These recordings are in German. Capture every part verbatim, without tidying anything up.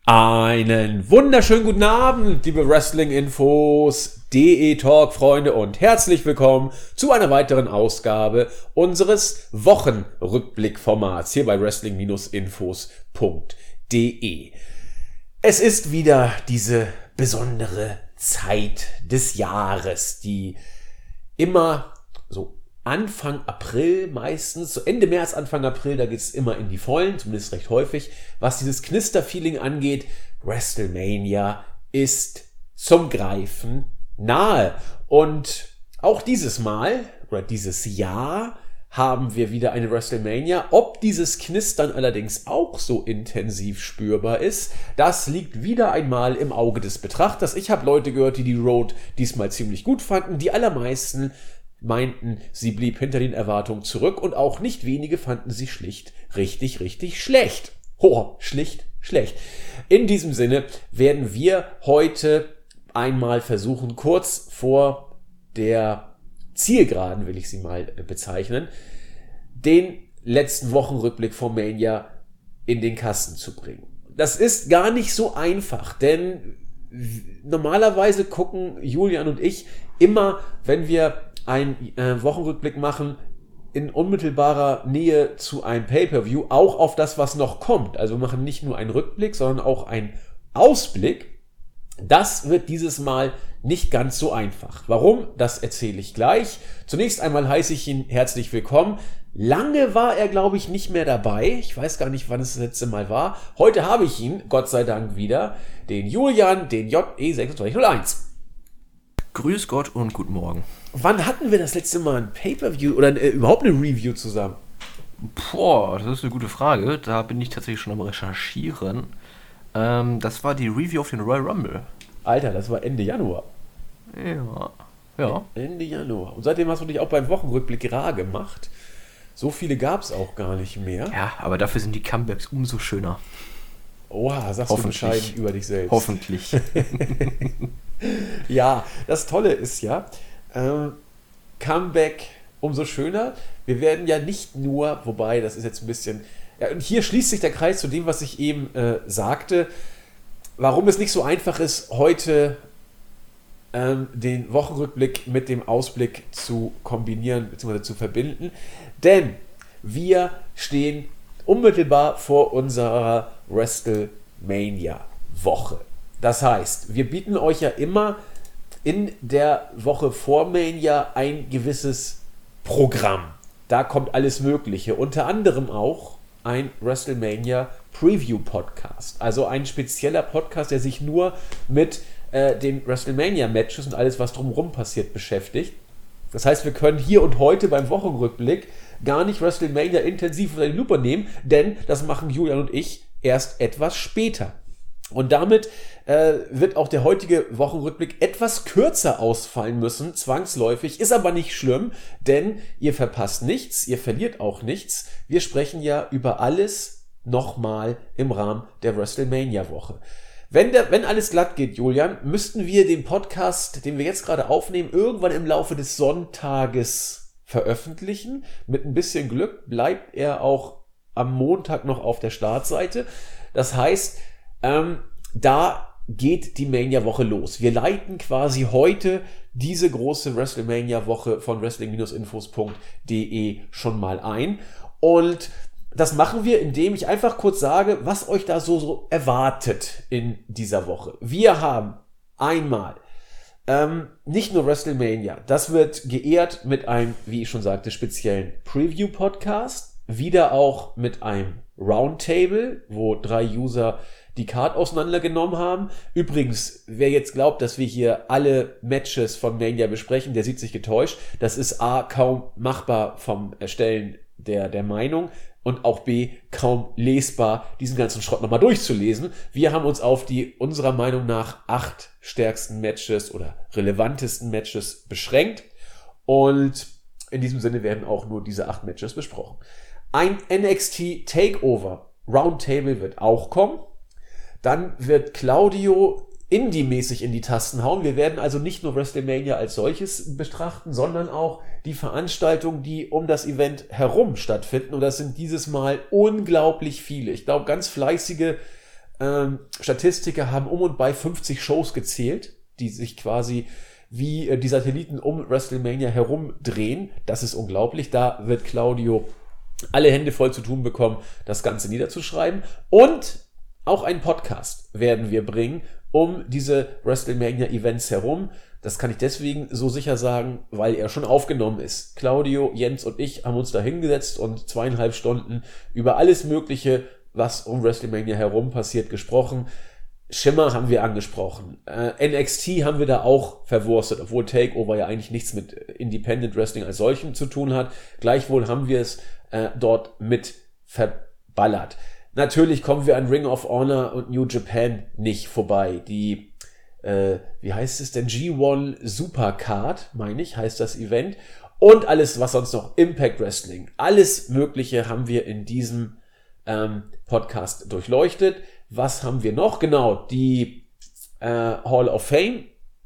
Einen wunderschönen guten Abend, liebe Wrestling-Infos, D E Talk-Freunde und herzlich willkommen zu einer weiteren Ausgabe unseres Wochenrückblick-Formats hier bei Wrestling Infos punkt de. Es ist wieder diese besondere Zeit des Jahres, die immer so Anfang April meistens, so Ende März, Anfang April, da geht es immer in die Vollen, zumindest recht häufig. Was dieses Knister-Feeling angeht, WrestleMania ist zum Greifen nahe. Und auch dieses Mal, oder dieses Jahr, haben wir wieder eine WrestleMania. Ob dieses Knistern allerdings auch so intensiv spürbar ist, das liegt wieder einmal im Auge des Betrachters. Ich habe Leute gehört, die die Road diesmal ziemlich gut fanden. Die allermeisten meinten, sie blieb hinter den Erwartungen zurück und auch nicht wenige fanden sie schlicht richtig, richtig schlecht. Oh, schlicht schlecht. In diesem Sinne werden wir heute einmal versuchen, kurz vor der Zielgeraden, will ich sie mal bezeichnen, den letzten Wochenrückblick von Mania in den Kasten zu bringen. Das ist gar nicht so einfach, denn normalerweise gucken Julian und ich immer, wenn wir einen äh, Wochenrückblick machen, in unmittelbarer Nähe zu einem Pay-Per-View, auch auf das, was noch kommt. Also wir machen nicht nur einen Rückblick, sondern auch einen Ausblick. Das wird dieses Mal nicht ganz so einfach. Warum? Das erzähle ich gleich. Zunächst einmal heiße ich ihn herzlich willkommen. Lange war er, glaube ich, nicht mehr dabei. Ich weiß gar nicht, wann es das letzte Mal war. Heute habe ich ihn, Gott sei Dank, wieder. Den Julian, den J E sechs zwei null eins. Grüß Gott und guten Morgen. Wann hatten wir das letzte Mal ein Pay-Per-View oder äh, überhaupt eine Review zusammen? Boah, das ist eine gute Frage. Da bin ich tatsächlich schon am Recherchieren. Ähm, das war die Review auf den Royal Rumble. Alter, das war Ende Januar. Ja, ja. Ende Januar. Und seitdem hast du dich auch beim Wochenrückblick rar gemacht. So viele gab es auch gar nicht mehr. Ja, aber dafür sind die Comebacks umso schöner. Oha, sagst du bescheiden über dich selbst. Hoffentlich. Ja, das Tolle ist ja, äh, Comeback umso schöner. Wir werden ja nicht nur, wobei, das ist jetzt ein bisschen, ja, und hier schließt sich der Kreis zu dem, was ich eben äh, sagte, warum es nicht so einfach ist, heute ähm, den Wochenrückblick mit dem Ausblick zu kombinieren bzw. zu verbinden. Denn wir stehen unmittelbar vor unserer WrestleMania-Woche. Das heißt, wir bieten euch ja immer in der Woche vor Mania ein gewisses Programm. Da kommt alles Mögliche. Unter anderem auch ein WrestleMania Preview Podcast. Also ein spezieller Podcast, der sich nur mit äh, den WrestleMania Matches und alles, was drumherum passiert, beschäftigt. Das heißt, wir können hier und heute beim Wochenrückblick gar nicht WrestleMania intensiv unter die Lupe nehmen, denn das machen Julian und ich erst etwas später. Und damit äh, wird auch der heutige Wochenrückblick etwas kürzer ausfallen müssen, zwangsläufig, ist aber nicht schlimm, denn ihr verpasst nichts, ihr verliert auch nichts. Wir sprechen ja über alles nochmal im Rahmen der WrestleMania-Woche. Wenn, der, wenn alles glatt geht, Julian, müssten wir den Podcast, den wir jetzt gerade aufnehmen, irgendwann im Laufe des Sonntages veröffentlichen. Mit ein bisschen Glück bleibt er auch am Montag noch auf der Startseite. Das heißt, Ähm, da geht die Mania-Woche los. Wir leiten quasi heute diese große WrestleMania-Woche von Wrestling Infos punkt de schon mal ein. Und das machen wir, indem ich einfach kurz sage, was euch da so, so erwartet in dieser Woche. Wir haben einmal ähm, nicht nur WrestleMania, das wird geehrt mit einem, wie ich schon sagte, speziellen Preview-Podcast. Wieder auch mit einem Roundtable, wo drei User die Card auseinandergenommen haben. Übrigens, wer jetzt glaubt, dass wir hier alle Matches von Mania besprechen, der sieht sich getäuscht. Das ist A, kaum machbar vom Erstellen der, der Meinung und auch B, kaum lesbar, diesen ganzen Schrott nochmal durchzulesen. Wir haben uns auf die unserer Meinung nach acht stärksten Matches oder relevantesten Matches beschränkt und in diesem Sinne werden auch nur diese acht Matches besprochen. Ein N X T Takeover Roundtable wird auch kommen. Dann wird Claudio Indie-mäßig in die Tasten hauen. Wir werden also nicht nur WrestleMania als solches betrachten, sondern auch die Veranstaltungen, die um das Event herum stattfinden. Und das sind dieses Mal unglaublich viele. Ich glaube, ganz fleißige ähm, Statistiker haben um und bei fünfzig Shows gezählt, die sich quasi wie äh, die Satelliten um WrestleMania herumdrehen. Das ist unglaublich. Da wird Claudio alle Hände voll zu tun bekommen, das Ganze niederzuschreiben. Und auch einen Podcast werden wir bringen um diese WrestleMania-Events herum. Das kann ich deswegen so sicher sagen, weil er schon aufgenommen ist. Claudio, Jens und ich haben uns da hingesetzt und zweieinhalb Stunden über alles Mögliche, was um WrestleMania herum passiert, gesprochen. Shimmer haben wir angesprochen. Äh, N X T haben wir da auch verwurstet, obwohl Takeover ja eigentlich nichts mit Independent Wrestling als solchem zu tun hat. Gleichwohl haben wir es äh, dort mit verballert. Natürlich kommen wir an Ring of Honor und New Japan nicht vorbei. Die, äh, wie heißt es denn? G eins Supercard, meine ich, heißt das Event. Und alles, was sonst noch, Impact Wrestling, alles Mögliche haben wir in diesem ähm, Podcast durchleuchtet. Was haben wir noch? Genau, die äh, Hall of Fame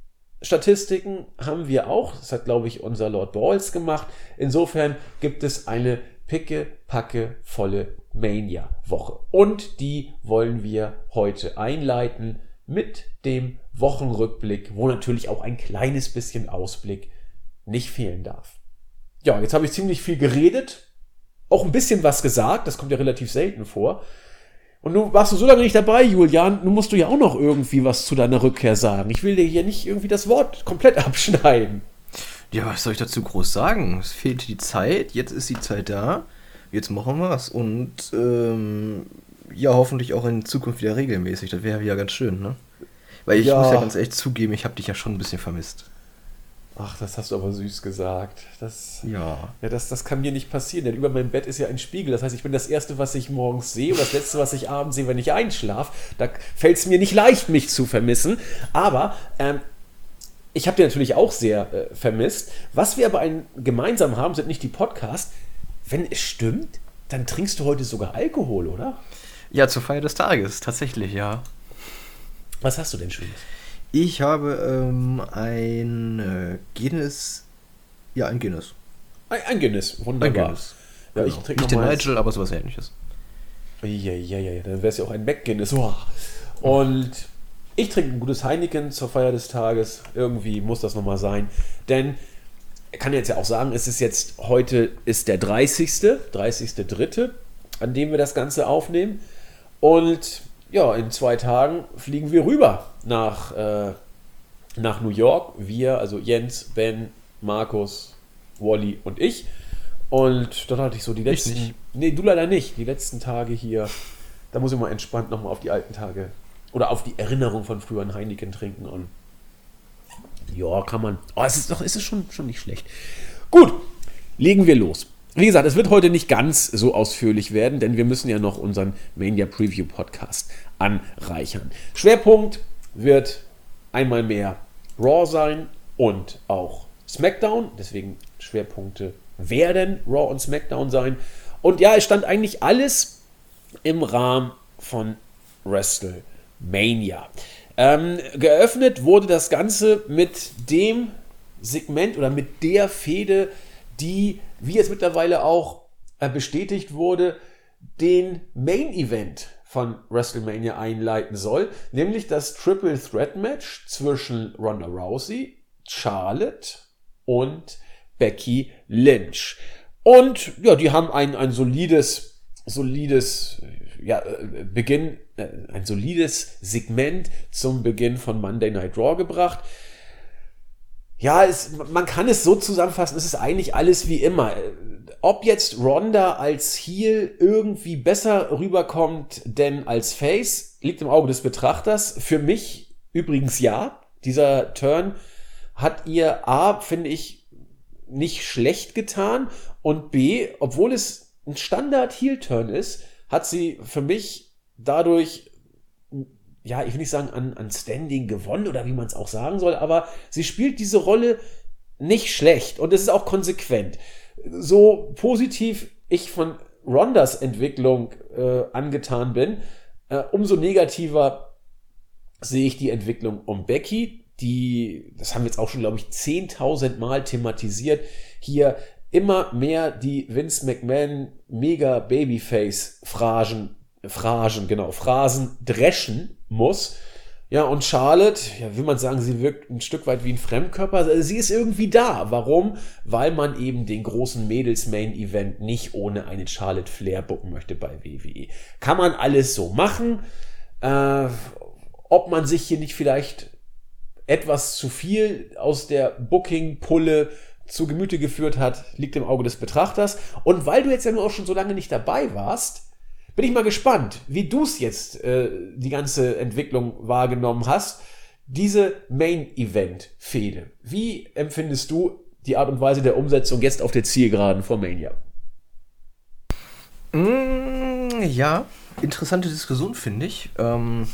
Statistiken haben wir auch. Das hat, glaube ich, unser Lord Balls gemacht. Insofern gibt es eine picke, packe, volle Mania-Woche. Und die wollen wir heute einleiten mit dem Wochenrückblick, wo natürlich auch ein kleines bisschen Ausblick nicht fehlen darf. Ja, jetzt habe ich ziemlich viel geredet, auch ein bisschen was gesagt, das kommt ja relativ selten vor. Und nun warst du so lange nicht dabei, Julian, nun musst du ja auch noch irgendwie was zu deiner Rückkehr sagen. Ich will dir hier nicht irgendwie das Wort komplett abschneiden. Ja, was soll ich dazu groß sagen? Es fehlt die Zeit, jetzt ist die Zeit da, jetzt machen wir es und ähm, ja, hoffentlich auch in Zukunft wieder regelmäßig, das wäre ja ganz schön, ne? Weil ich ja. muss ja ganz echt zugeben, ich habe dich ja schon ein bisschen vermisst. Ach, das hast du aber süß gesagt. Das, ja. Ja, das, das kann mir nicht passieren, denn über meinem Bett ist ja ein Spiegel. Das heißt, ich bin das Erste, was ich morgens sehe, oder das Letzte, was ich abends sehe, wenn ich einschlafe. Da fällt es mir nicht leicht, mich zu vermissen. Aber ähm, ich habe dir natürlich auch sehr äh, vermisst. Was wir aber ein, gemeinsam haben, sind nicht die Podcasts. Wenn es stimmt, dann trinkst du heute sogar Alkohol, oder? Ja, zur Feier des Tages, tatsächlich, ja. Was hast du denn Schönes? Ich habe ähm, ein äh, Guinness. Ja, ein Guinness. Ein, ein Guinness, wunderbar. Ein Guinness. Ja, genau. ich trinke Nicht den nochmal. Nigel, aber sowas Ähnliches. Ja, ja, ja, dann wäre es ja auch ein Mac-Guinness. Oh. Und ich trinke ein gutes Heineken zur Feier des Tages. Irgendwie muss das nochmal sein. Denn ich kann jetzt ja auch sagen, es ist jetzt, heute ist der dreißigste dreißigster dritte an dem wir das Ganze aufnehmen. Und ja, in zwei Tagen fliegen wir rüber nach, äh, nach New York. Wir, also Jens, Ben, Markus, Wally und ich. Und dann hatte ich so die letzten... Ich nicht. Nee, du leider nicht. Die letzten Tage hier, da muss ich mal entspannt nochmal auf die alten Tage oder auf die Erinnerung von früher ein Heineken trinken. Und ja, kann man... Oh, es ist doch, es ist schon, schon nicht schlecht. Gut, legen wir los. Wie gesagt, es wird heute nicht ganz so ausführlich werden, denn wir müssen ja noch unseren Mania Preview Podcast anreichern. Schwerpunkt wird einmal mehr Raw sein und auch SmackDown. Deswegen Schwerpunkte werden Raw und SmackDown sein. Und ja, es stand eigentlich alles im Rahmen von WrestleMania. Ähm, geöffnet wurde das Ganze mit dem Segment oder mit der Fehde, die, wie es mittlerweile auch äh, bestätigt wurde, den Main Event von WrestleMania einleiten soll, nämlich das Triple Threat Match zwischen Ronda Rousey, Charlotte und Becky Lynch. Und ja, die haben ein, ein solides, solides ja, Beginn, äh, ein solides Segment zum Beginn von Monday Night Raw gebracht. Ja, es, man kann es so zusammenfassen, es ist eigentlich alles wie immer. Ob jetzt Ronda als Heel irgendwie besser rüberkommt denn als Face, liegt im Auge des Betrachters. Für mich übrigens ja. Dieser Turn hat ihr A, finde ich, nicht schlecht getan und B, obwohl es ein Standard-Heel-Turn ist, hat sie für mich dadurch... ja, ich will nicht sagen, an, an Standing gewonnen oder wie man es auch sagen soll, aber sie spielt diese Rolle nicht schlecht und es ist auch konsequent. So positiv ich von Rondas Entwicklung äh, angetan bin, äh, umso negativer sehe ich die Entwicklung um Becky, die, das haben wir jetzt auch schon, glaube ich, zehntausend Mal thematisiert, hier immer mehr die Vince McMahon mega Babyface-Phrasen Phrasen, genau, Phrasen dreschen muss. Ja, und Charlotte, ja, will man sagen, sie wirkt ein Stück weit wie ein Fremdkörper. Also sie ist irgendwie da. Warum? Weil man eben den großen Mädels-Main-Event nicht ohne einen Charlotte Flair booken möchte bei W W E. Kann man alles so machen. Äh, ob man sich hier nicht vielleicht etwas zu viel aus der Booking-Pulle zu Gemüte geführt hat, liegt im Auge des Betrachters. Und weil du jetzt ja nur auch schon so lange nicht dabei warst, bin ich mal gespannt, wie du es jetzt, äh, die ganze Entwicklung wahrgenommen hast. Diese Main-Event-Fehde. Wie empfindest du die Art und Weise der Umsetzung jetzt auf der Zielgeraden vor Mania? Mm, ja, interessante Diskussion, finde ich. Ähm,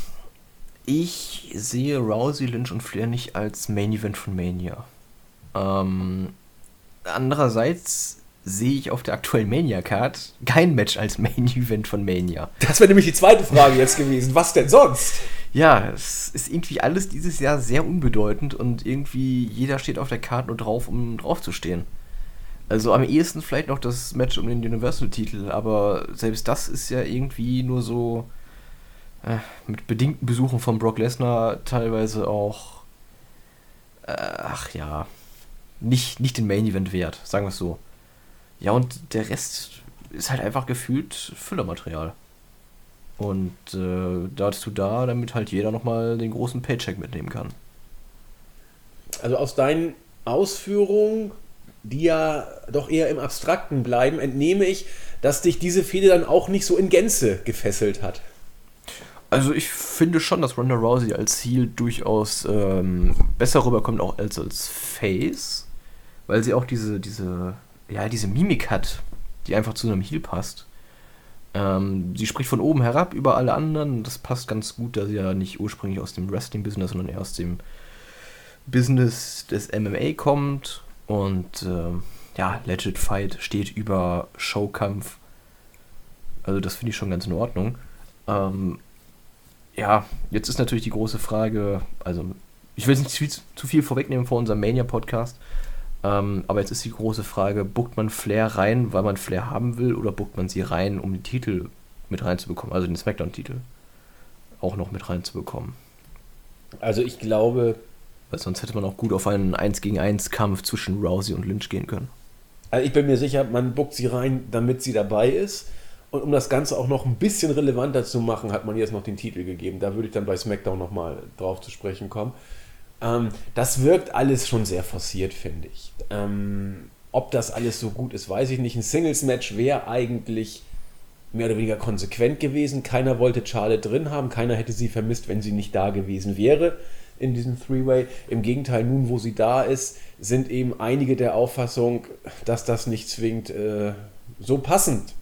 ich sehe Rousey, Lynch und Flair nicht als Main-Event von Mania. Ähm, andererseits sehe ich auf der aktuellen Mania-Card kein Match als Main-Event von Mania. Das wäre nämlich die zweite Frage jetzt gewesen. Was denn sonst? Ja, es ist irgendwie alles dieses Jahr sehr unbedeutend und irgendwie jeder steht auf der Card nur drauf, um drauf zu stehen. Also am ehesten vielleicht noch das Match um den Universal-Titel, aber selbst das ist ja irgendwie nur so äh, mit bedingten Besuchen von Brock Lesnar teilweise auch äh, ach ja, nicht, nicht den Main-Event wert, sagen wir es so. Ja, und der Rest ist halt einfach gefühlt Füllermaterial. Und äh, dazu da, damit halt jeder nochmal den großen Paycheck mitnehmen kann. Also aus deinen Ausführungen, die ja doch eher im Abstrakten bleiben, entnehme ich, dass dich diese Fehde dann auch nicht so in Gänze gefesselt hat. Also ich finde schon, dass Ronda Rousey als Heel durchaus ähm, besser rüberkommt auch als als Face, weil sie auch diese, diese ja, diese Mimik hat, die einfach zu einem Heel passt. Ähm, sie spricht von oben herab über alle anderen. Das passt ganz gut, da sie ja nicht ursprünglich aus dem Wrestling-Business, sondern eher aus dem Business des M M A kommt. Und ähm, ja, Legit Fight steht über Showkampf. Also das finde ich schon ganz in Ordnung. Ähm, ja, jetzt ist natürlich die große Frage, also ich will jetzt nicht zu viel, zu viel vorwegnehmen vor unserem Mania-Podcast, Ähm, aber jetzt ist die große Frage, bookt man Flair rein, weil man Flair haben will, oder bookt man sie rein, um den Titel mit reinzubekommen, also den Smackdown-Titel auch noch mit reinzubekommen? Also ich glaube... Weil sonst hätte man auch gut auf einen eins gegen eins Kampf zwischen Rousey und Lynch gehen können. Also ich bin mir sicher, man bookt sie rein, damit sie dabei ist. Und um das Ganze auch noch ein bisschen relevanter zu machen, hat man jetzt noch den Titel gegeben. Da würde ich dann bei SmackDown nochmal drauf zu sprechen kommen. Ähm, das wirkt alles schon sehr forciert, finde ich. Ähm, ob das alles so gut ist, weiß ich nicht. Ein Singles-Match wäre eigentlich mehr oder weniger konsequent gewesen. Keiner wollte Charlotte drin haben. Keiner hätte sie vermisst, wenn sie nicht da gewesen wäre in diesem Three-Way. Im Gegenteil, nun wo sie da ist, sind eben einige der Auffassung, dass das nicht zwingend äh, so passend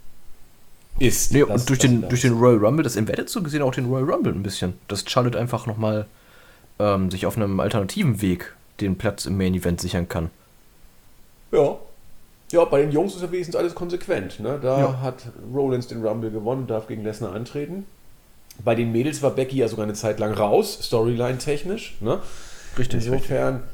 ist. Nee, dass, und durch den, durch den Royal Rumble, das embedded so gesehen auch den Royal Rumble ein bisschen. Dass Charlotte einfach nochmal ähm, sich auf einem alternativen Weg den Platz im Main Event sichern kann. Ja. Ja, bei den Jungs ist ja wenigstens alles konsequent. Ne? Da ja. hat Rollins den Rumble gewonnen und darf gegen Lesnar antreten. Bei den Mädels war Becky ja sogar eine Zeit lang raus, Storyline-technisch. Ne? Richtig. Insofern, richtig.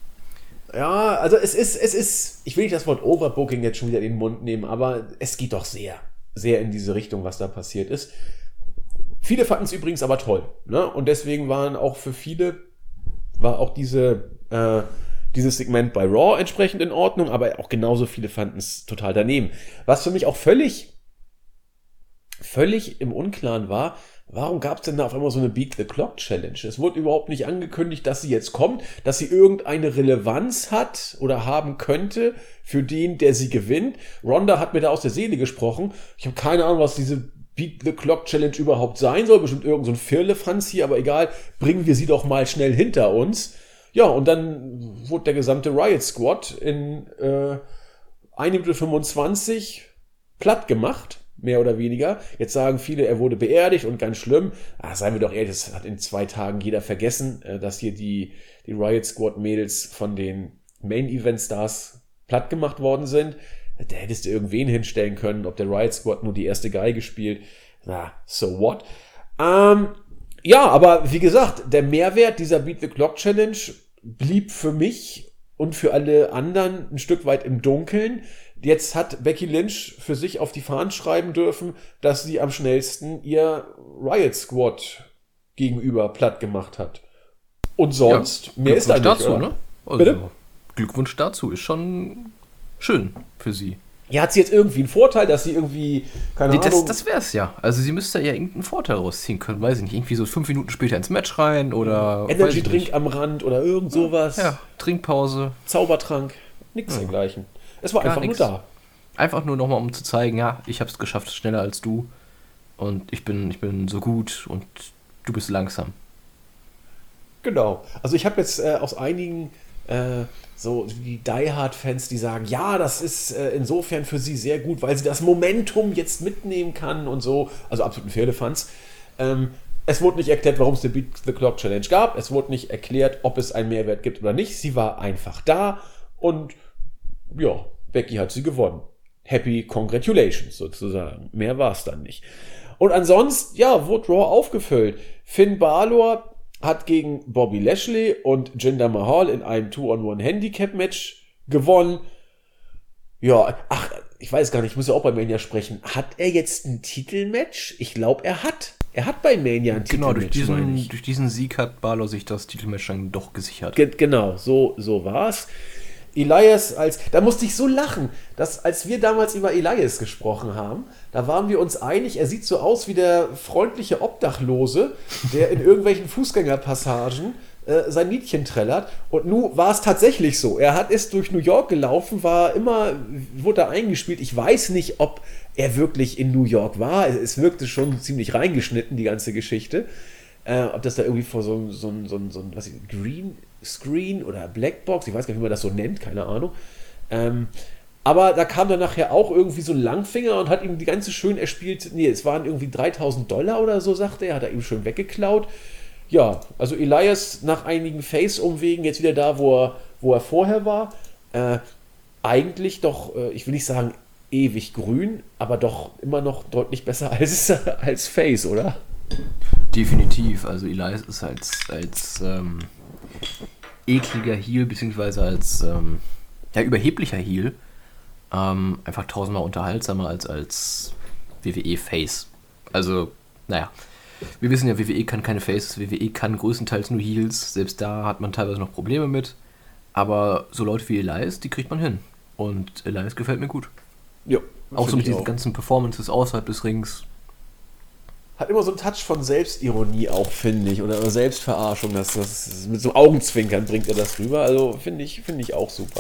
ja, also es ist, es ist, ich will nicht das Wort Overbooking jetzt schon wieder in den Mund nehmen, aber es geht doch sehr, sehr in diese Richtung, was da passiert ist. Viele fanden es übrigens aber toll. Ne? Und deswegen waren auch für viele, war auch diese, äh, dieses Segment bei Raw entsprechend in Ordnung, aber auch genauso viele fanden es total daneben. Was für mich auch völlig, völlig im Unklaren war, warum gab es denn da auf einmal so eine Beat the Clock Challenge? Es wurde überhaupt nicht angekündigt, dass sie jetzt kommt, dass sie irgendeine Relevanz hat oder haben könnte für den, der sie gewinnt. Ronda hat mir da aus der Seele gesprochen. Ich habe keine Ahnung, was diese Beat the Clock Challenge überhaupt sein soll. Bestimmt irgend so ein Firlefanz hier, aber egal, bringen wir sie doch mal schnell hinter uns. Ja, und dann wurde der gesamte Riot Squad in äh, eine Minute fünfundzwanzig platt gemacht. Mehr oder weniger. Jetzt sagen viele, er wurde beerdigt und ganz schlimm. Ach, seien wir doch ehrlich, das hat in zwei Tagen jeder vergessen, dass hier die, die Riot Squad Mädels von den Main Event Stars platt gemacht worden sind. Da hättest du irgendwen hinstellen können, ob der Riot Squad nur die erste Geige spielt. Na, so what? Ähm, ja, aber wie gesagt, der Mehrwert dieser Beat the Clock Challenge blieb für mich und für alle anderen ein Stück weit im Dunkeln. Jetzt hat Becky Lynch für sich auf die Fahnen schreiben dürfen, dass sie am schnellsten ihr Riot Squad gegenüber platt gemacht hat. Und sonst, Ja, mehr ist da nicht, dazu, oder? ne? Also, Bitte? Glückwunsch dazu, ist schon schön für sie. Ja, hat sie jetzt irgendwie einen Vorteil, dass sie irgendwie, keine Nee, das, Ahnung... das wär's ja. Also sie müsste ja irgendeinen Vorteil rausziehen können, weiß ich nicht. Irgendwie so fünf Minuten später ins Match rein oder... weiß Energy ich Drink nicht. am Rand oder irgend sowas. Ja, Trinkpause. Zaubertrank. Nix dergleichen. Es war Gar einfach nix. nur da. Einfach nur nochmal, um zu zeigen, ja, ich hab's geschafft, schneller als du. Und ich bin, ich bin so gut und du bist langsam. Genau. Also ich habe jetzt äh, aus einigen äh, so die Die Hard-Fans, die sagen, ja, das ist äh, insofern für sie sehr gut, weil sie das Momentum jetzt mitnehmen kann und so. Also absoluten Pferdefans. Ähm, es wurde nicht erklärt, warum es eine Beat the Clock Challenge gab. Es wurde nicht erklärt, ob es einen Mehrwert gibt oder nicht. Sie war einfach da und ja, Becky hat sie gewonnen. Happy Congratulations sozusagen. Mehr war es dann nicht. Und ansonsten, ja, wurde Raw aufgefüllt. Finn Balor hat gegen Bobby Lashley und Jinder Mahal in einem Two-on-One-Handicap-Match gewonnen. Ja, ach, ich weiß gar nicht, ich muss ja auch bei Mania sprechen. Hat er jetzt ein Titelmatch? Ich glaube, er hat. Er hat bei Mania ein Genau, Titelmatch. durch meine diesen, ich. durch diesen Sieg hat Balor sich das Titelmatch dann doch gesichert. Ge genau, so, so war's. Elias als, da musste ich so lachen, dass als wir damals über Elias gesprochen haben, da waren wir uns einig, er sieht so aus wie der freundliche Obdachlose, der in irgendwelchen Fußgängerpassagen äh, sein Liedchen trällert. Und nun war es tatsächlich so. Er hat ist durch New York gelaufen, war immer, wurde da eingespielt. Ich weiß nicht, ob er wirklich in New York war. Es, es wirkte schon ziemlich reingeschnitten, die ganze Geschichte. Äh, ob das da irgendwie vor so, so, so, so, so ein was, Green Screen oder Blackbox, ich weiß gar nicht, wie man das so nennt, keine Ahnung. Ähm, aber da kam dann nachher auch irgendwie so ein Langfinger und hat ihm die ganze schön erspielt, nee, es waren irgendwie dreitausend Dollar oder so, sagte er, hat er ihm schön weggeklaut. Ja, also Elias nach einigen Face-Umwegen jetzt wieder da, wo er, wo er vorher war. Äh, eigentlich doch, äh, ich will nicht sagen ewig grün, aber doch immer noch deutlich besser als, als Face, oder? Definitiv, also Elias ist als, als ähm, ekliger Heel, beziehungsweise als ähm, ja, überheblicher Heel ähm, einfach tausendmal unterhaltsamer als als W W E-Face. Also, naja, wir wissen ja, W W E kann keine Faces, W W E kann größtenteils nur Heels, selbst da hat man teilweise noch Probleme mit, aber so Leute wie Elias, die kriegt man hin. Und Elias gefällt mir gut. Ja, auch so mit diesen auch. ganzen Performances außerhalb des Rings. Hat immer so einen Touch von Selbstironie auch, finde ich, oder Selbstverarschung, das, das mit so einem Augenzwinkern bringt er das rüber, also finde ich, finde ich auch super.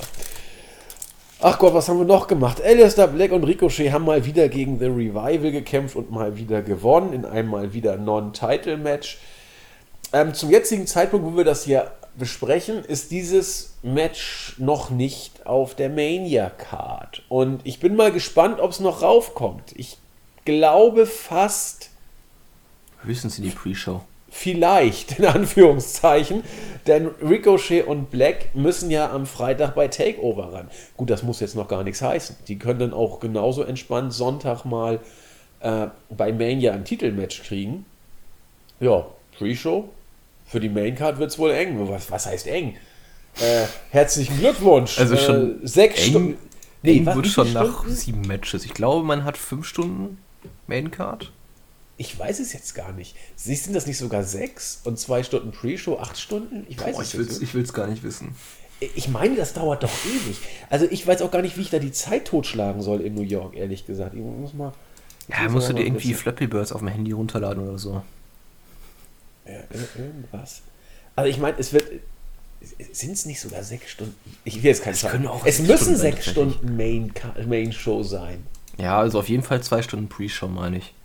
Ach Gott, was haben wir noch gemacht? Aleister Black und Ricochet haben mal wieder gegen The Revival gekämpft und mal wieder gewonnen, in einem mal wieder Non-Title-Match. Ähm, zum jetzigen Zeitpunkt, wo wir das hier besprechen, ist dieses Match noch nicht auf der Mania-Card. Und ich bin mal gespannt, ob es noch raufkommt. Ich glaube fast... Höchstens in die Pre-Show. Vielleicht, in Anführungszeichen, denn Ricochet und Black müssen ja am Freitag bei Takeover ran. Gut, das muss jetzt noch gar nichts heißen. Die können dann auch genauso entspannt Sonntag mal äh, bei Mania ein Titelmatch kriegen. Ja, Pre-Show. Für die Maincard wird es wohl eng. Was, was heißt eng? Äh, herzlichen Glückwunsch. Also schon äh, sechs eng, Stunden. Nee, eng was, wird wie schon viele nach Stunden? sieben Matches. Ich glaube, man hat fünf Stunden Maincard. Ich weiß es jetzt gar nicht. Sind das nicht sogar sechs und zwei Stunden Pre-Show, acht Stunden? Ich weiß Boah, es ich jetzt will's, nicht. ich will's gar nicht wissen. Ich meine, das dauert doch ewig. Also ich weiß auch gar nicht, wie ich da die Zeit totschlagen soll in New York, ehrlich gesagt. Ich muss mal... ich Ja, muss musst du mal dir irgendwie kurz- Flappy Birds auf dem Handy runterladen oder so. Ja, ir- irgendwas. Also ich meine, es wird... Sind es nicht sogar sechs Stunden? Ich will jetzt keine Zahl. können auch Es sechs müssen Stunden sein, sechs tatsächlich. Stunden Main, Main Show sein. Ja, also auf jeden Fall zwei Stunden Pre-Show, meine ich.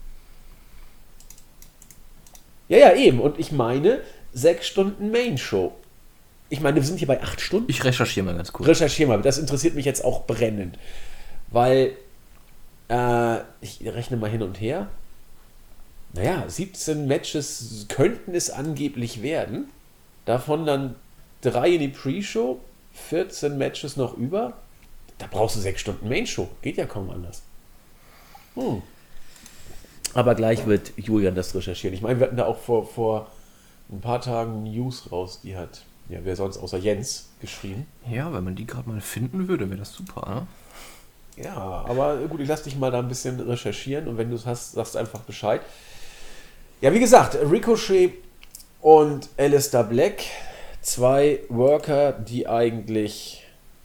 Ja, ja, eben. Und ich meine, sechs Stunden Main Show. Ich meine, wir sind hier bei acht Stunden. Ich recherchiere mal ganz kurz. Recherchiere mal, das interessiert mich jetzt auch brennend. Weil, äh, ich rechne mal hin und her. Naja, siebzehn Matches könnten es angeblich werden. Davon dann drei in die Pre-Show, vierzehn Matches noch über. Da brauchst du sechs Stunden Main-Show. Geht ja kaum anders. Hm. Aber gleich wird Julian das recherchieren. Ich meine, wir hatten da auch vor, vor ein paar Tagen News raus, die hat, ja, wer sonst außer Jens geschrieben. Ja, wenn man die gerade mal finden würde, wäre das super, ne? Ja, aber gut, ich lasse dich mal da ein bisschen recherchieren und wenn du es hast, sagst einfach Bescheid. Ja, wie gesagt, Ricochet und Aleister Black, zwei Worker, die eigentlich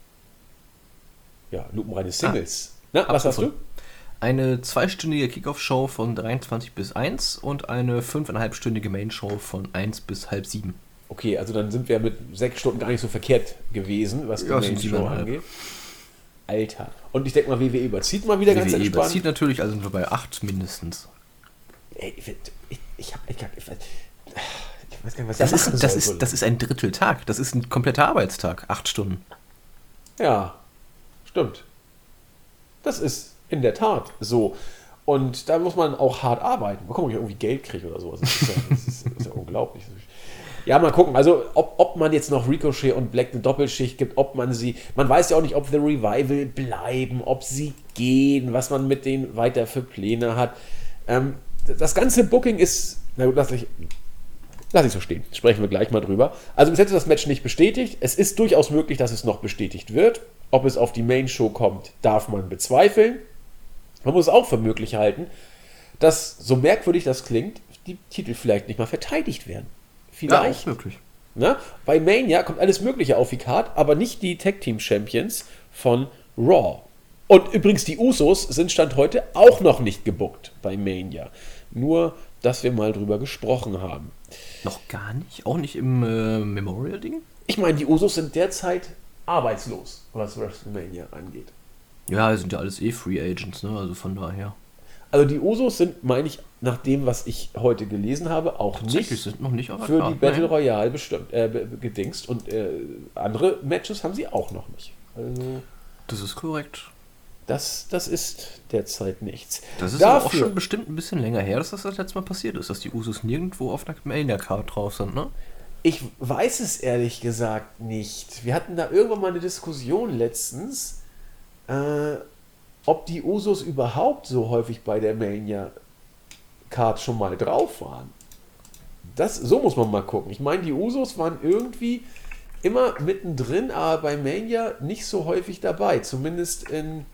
ja, lupenreine Singles. Ah, Na, was hast du? Eine zweistündige Kickoff-Show von dreiundzwanzig bis eins und eine fünfeinhalbstündige Main-Show von eins bis halb sieben. Okay, also dann sind wir mit sechs Stunden gar nicht so verkehrt gewesen, was die ja, Main-Show angeht. Alter. Und ich denke mal, W W E überzieht mal wieder W W E ganz entspannt. überzieht natürlich, also sind wir bei acht mindestens. Ey, ich, ich, ich, hab, ich, ich, ich weiß gar nicht, was das ich ist, machen das soll, ist, so das ist ein Dritteltag. Das ist ein kompletter Arbeitstag. Acht Stunden. Ja, stimmt. Das ist in der Tat so. Und da muss man auch hart arbeiten. Mal gucken, ob ich irgendwie Geld kriege oder sowas. Das ist ja, das ist, das ist ja unglaublich. Ja, mal gucken. Also, ob, ob man jetzt noch Ricochet und Black eine Doppelschicht gibt, ob man sie. Man weiß ja auch nicht, ob The Revival bleiben, ob sie gehen, was man mit denen weiter für Pläne hat. Ähm, das ganze Booking ist. Na gut, lass ich, lass ich so stehen. Sprechen wir gleich mal drüber. Also, bis jetzt ist das Match nicht bestätigt. Es ist durchaus möglich, dass es noch bestätigt wird. Ob es auf die Main-Show kommt, darf man bezweifeln. Man muss es auch für möglich halten, dass, so merkwürdig das klingt, die Titel vielleicht nicht mal verteidigt werden. Vielleicht. Ja, wirklich. Na? Bei Mania kommt alles Mögliche auf die Karte, aber nicht die Tag Team Champions von Raw. Und übrigens, die Usos sind Stand heute auch noch nicht gebuckt bei Mania. Nur, dass wir mal drüber gesprochen haben. Noch gar nicht? Auch nicht im äh, Memorial-Ding? Ich meine, die Usos sind derzeit arbeitslos, was WrestleMania angeht. Ja, sind ja alles eh Free Agents, ne? Also von daher. Also die Usos sind, meine ich, nach dem, was ich heute gelesen habe, auch nicht, sind noch nicht für die Battle Royale bestimmt, äh, gedingst. Und äh, andere Matches haben sie auch noch nicht. Also das ist korrekt. Das, das ist derzeit nichts. Das ist aber auch schon bestimmt ein bisschen länger her, dass das das letzte Mal passiert ist, dass die Usos nirgendwo auf einer Mania-Card drauf sind, ne? Ich weiß es ehrlich gesagt nicht. Wir hatten da irgendwann mal eine Diskussion letztens, äh, ob die Usos überhaupt so häufig bei der Mania-Card schon mal drauf waren. Das, so muss man mal gucken. Ich meine, die Usos waren irgendwie immer mittendrin, aber bei Mania nicht so häufig dabei. Zumindest in,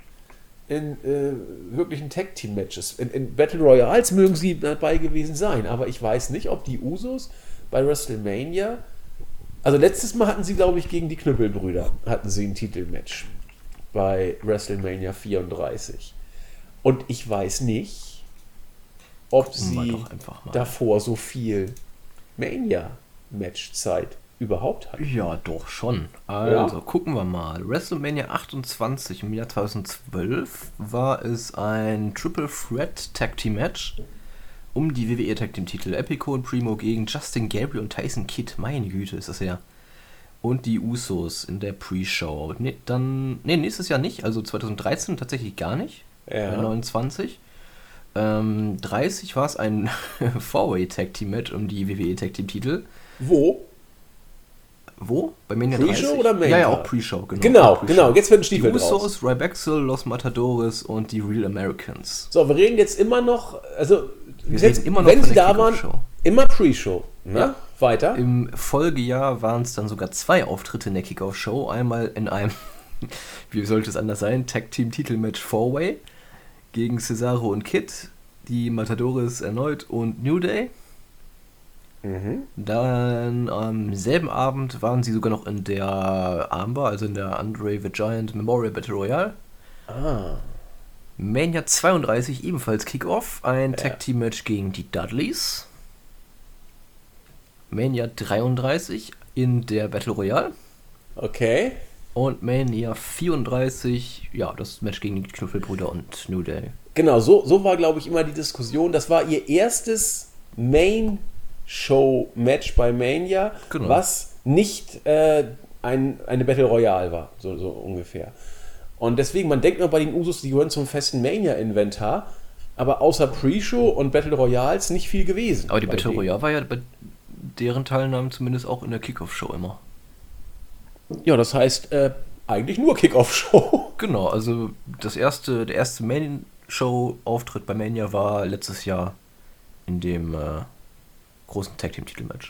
in äh, wirklichen Tag-Team-Matches. In, in Battle Royals mögen sie dabei gewesen sein, aber ich weiß nicht, ob die Usos bei WrestleMania, also letztes Mal hatten sie, glaube ich, gegen die Knüppelbrüder, hatten sie ein Titelmatch bei WrestleMania vierunddreißig. Und ich weiß nicht, ob Gucken sie davor so viel Mania-Match-Zeit überhaupt hatten. Ja, doch schon. Also, ja. Gucken wir mal. WrestleMania achtundzwanzig im Jahr zweitausendzwölf war es ein Triple Threat Tag Team Match um die W W E Tag Team Titel. Epico und Primo gegen Justin Gabriel und Tyson Kidd. Meine Güte, ist das ja. Und die Usos in der Pre-Show. Nee, dann, nee, nächstes Jahr nicht. Also zweitausenddreizehn tatsächlich gar nicht. Ja. neunundzwanzig. Ähm, dreißig war es ein Four-Way Tag Team Match um die W W E Tag Team Titel. Wo? Wo? Bei Mania Pre-Show dreißig? oder Main? Ja, ja, auch Pre-Show, genau. Genau, Pre-Show. genau. Jetzt wird ein Stiefel Die Usos, draus. Rybaxel, Los Matadores und die Real Americans. So, wir reden jetzt immer noch, also wir jetzt, reden immer noch wenn von sie der da waren, Kickoff-Show. Immer Pre-Show. Ne? Ja. Weiter. Im Folgejahr waren es dann sogar zwei Auftritte in der Kickoff-Show. Einmal in einem, wie sollte es anders sein, Tag-Team-Titelmatch Four-Way gegen Cesaro und Kid, die Matadores erneut und New Day. Mhm. Dann am selben Abend waren sie sogar noch in der Armbar, also in der Andre the Giant Memorial Battle Royale. Ah. Mania zweiunddreißig ebenfalls Kickoff, ein Ja. Tag-Team-Match gegen die Dudleys. Mania dreiunddreißig in der Battle Royale. Okay. Und Mania vierunddreißig, ja, das Match gegen die Knuffelbrüder und New Day. Genau, so, so war, glaube ich, immer die Diskussion. Das war ihr erstes Main-Show-Match bei Mania, Genau. was nicht äh, ein, eine Battle Royale war, so, so ungefähr. Und deswegen, man denkt nur bei den Usos, die gehören zum festen Mania-Inventar, aber außer Pre-Show und Battle Royals nicht viel gewesen. Aber die bei Battle denen. Royale war ja bei deren Teilnahmen zumindest auch in der Kickoff-Show immer. Ja, das heißt, äh, eigentlich nur Kickoff-Show. Genau, also das erste, der erste Main-Show-Auftritt bei Mania war letztes Jahr in dem äh, großen Tag-Team-Titelmatch.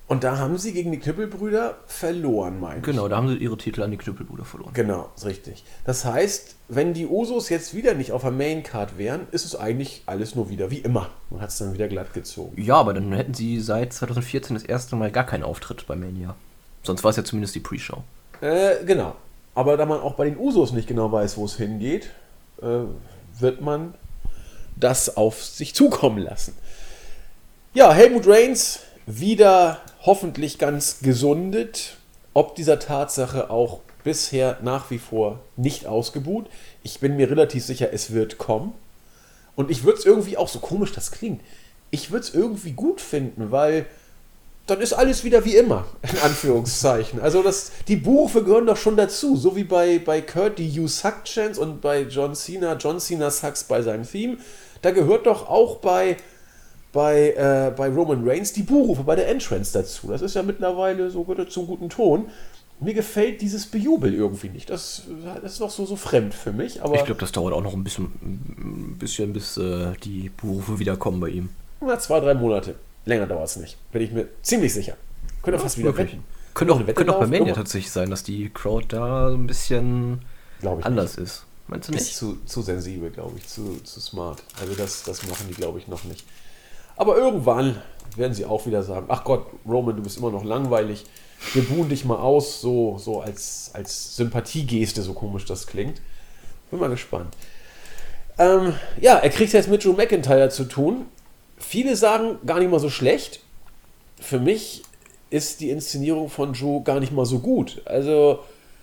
Und da haben sie gegen die Knüppelbrüder verloren, meine ich. Genau, da haben sie ihre Titel an die Knüppelbrüder verloren. Genau, ist richtig. Das heißt, wenn die Usos jetzt wieder nicht auf der Maincard wären, ist es eigentlich alles nur wieder wie immer. Man hat es dann wieder glatt gezogen. Ja, aber dann hätten sie seit zwanzig vierzehn das erste Mal gar keinen Auftritt bei Mania. Sonst war es ja zumindest die Pre-Show. Äh, genau. Aber da man auch bei den Usos nicht genau weiß, wo es hingeht, äh, wird man das auf sich zukommen lassen. Ja, Helmut Reigns wieder hoffentlich ganz gesundet, ob dieser Tatsache auch bisher nach wie vor nicht ausgebuht. Ich bin mir relativ sicher, es wird kommen. Und ich würde es irgendwie auch, so komisch das klingt, ich würde es irgendwie gut finden, weil dann ist alles wieder wie immer, in Anführungszeichen. Also das, die Buchrufe gehören doch schon dazu, so wie bei, bei Kurt die You Suck Chants und bei John Cena, John Cena Sucks bei seinem Theme. Da gehört doch auch bei Bei, äh, bei Roman Reigns die Buhrufe bei der Entrance dazu. Das ist ja mittlerweile so gehört zum guten Ton. Mir gefällt dieses Bejubel irgendwie nicht. Das, das ist noch so, so fremd für mich. Aber ich glaube, das dauert auch noch ein bisschen, ein bisschen bis äh, die Buhrufe wiederkommen bei ihm. Na, zwei, drei Monate. Länger dauert es nicht. Bin ich mir ziemlich sicher. Könnte ja, fast wieder wetten. Könnte auch, könnte auch bei Mania tatsächlich sein, dass die Crowd da ein bisschen anders nicht. ist. Meinst du nicht? Ist zu, zu sensibel, glaube ich. Zu, zu smart. Also das, das machen die, glaube ich, noch nicht. Aber irgendwann werden sie auch wieder sagen, ach Gott, Roman, du bist immer noch langweilig. Wir buhen dich mal aus, so, so als, als Sympathiegeste, so komisch das klingt. Bin mal gespannt. Ähm, ja, er kriegt jetzt mit Drew McIntyre zu tun. Viele sagen, gar nicht mal so schlecht. Für mich ist die Inszenierung von Drew gar nicht mal so gut. Also,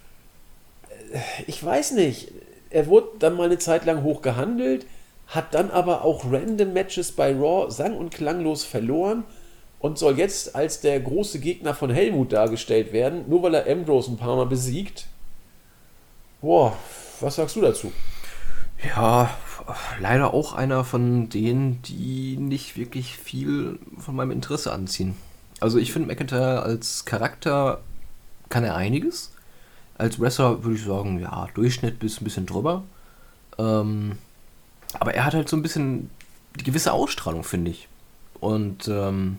ich weiß nicht. Er wurde dann mal eine Zeit lang hoch gehandelt, hat dann aber auch random Matches bei Raw sang- und klanglos verloren und soll jetzt als der große Gegner von Helmut dargestellt werden, nur weil er Ambrose ein paar Mal besiegt. Boah, was sagst du dazu? Ja, leider auch einer von denen, die nicht wirklich viel von meinem Interesse anziehen. Also ich finde McIntyre als Charakter kann er einiges. Als Wrestler würde ich sagen, ja, Durchschnitt bis ein bisschen drüber. Ähm, aber er hat halt so ein bisschen die gewisse Ausstrahlung, finde ich. Und ähm,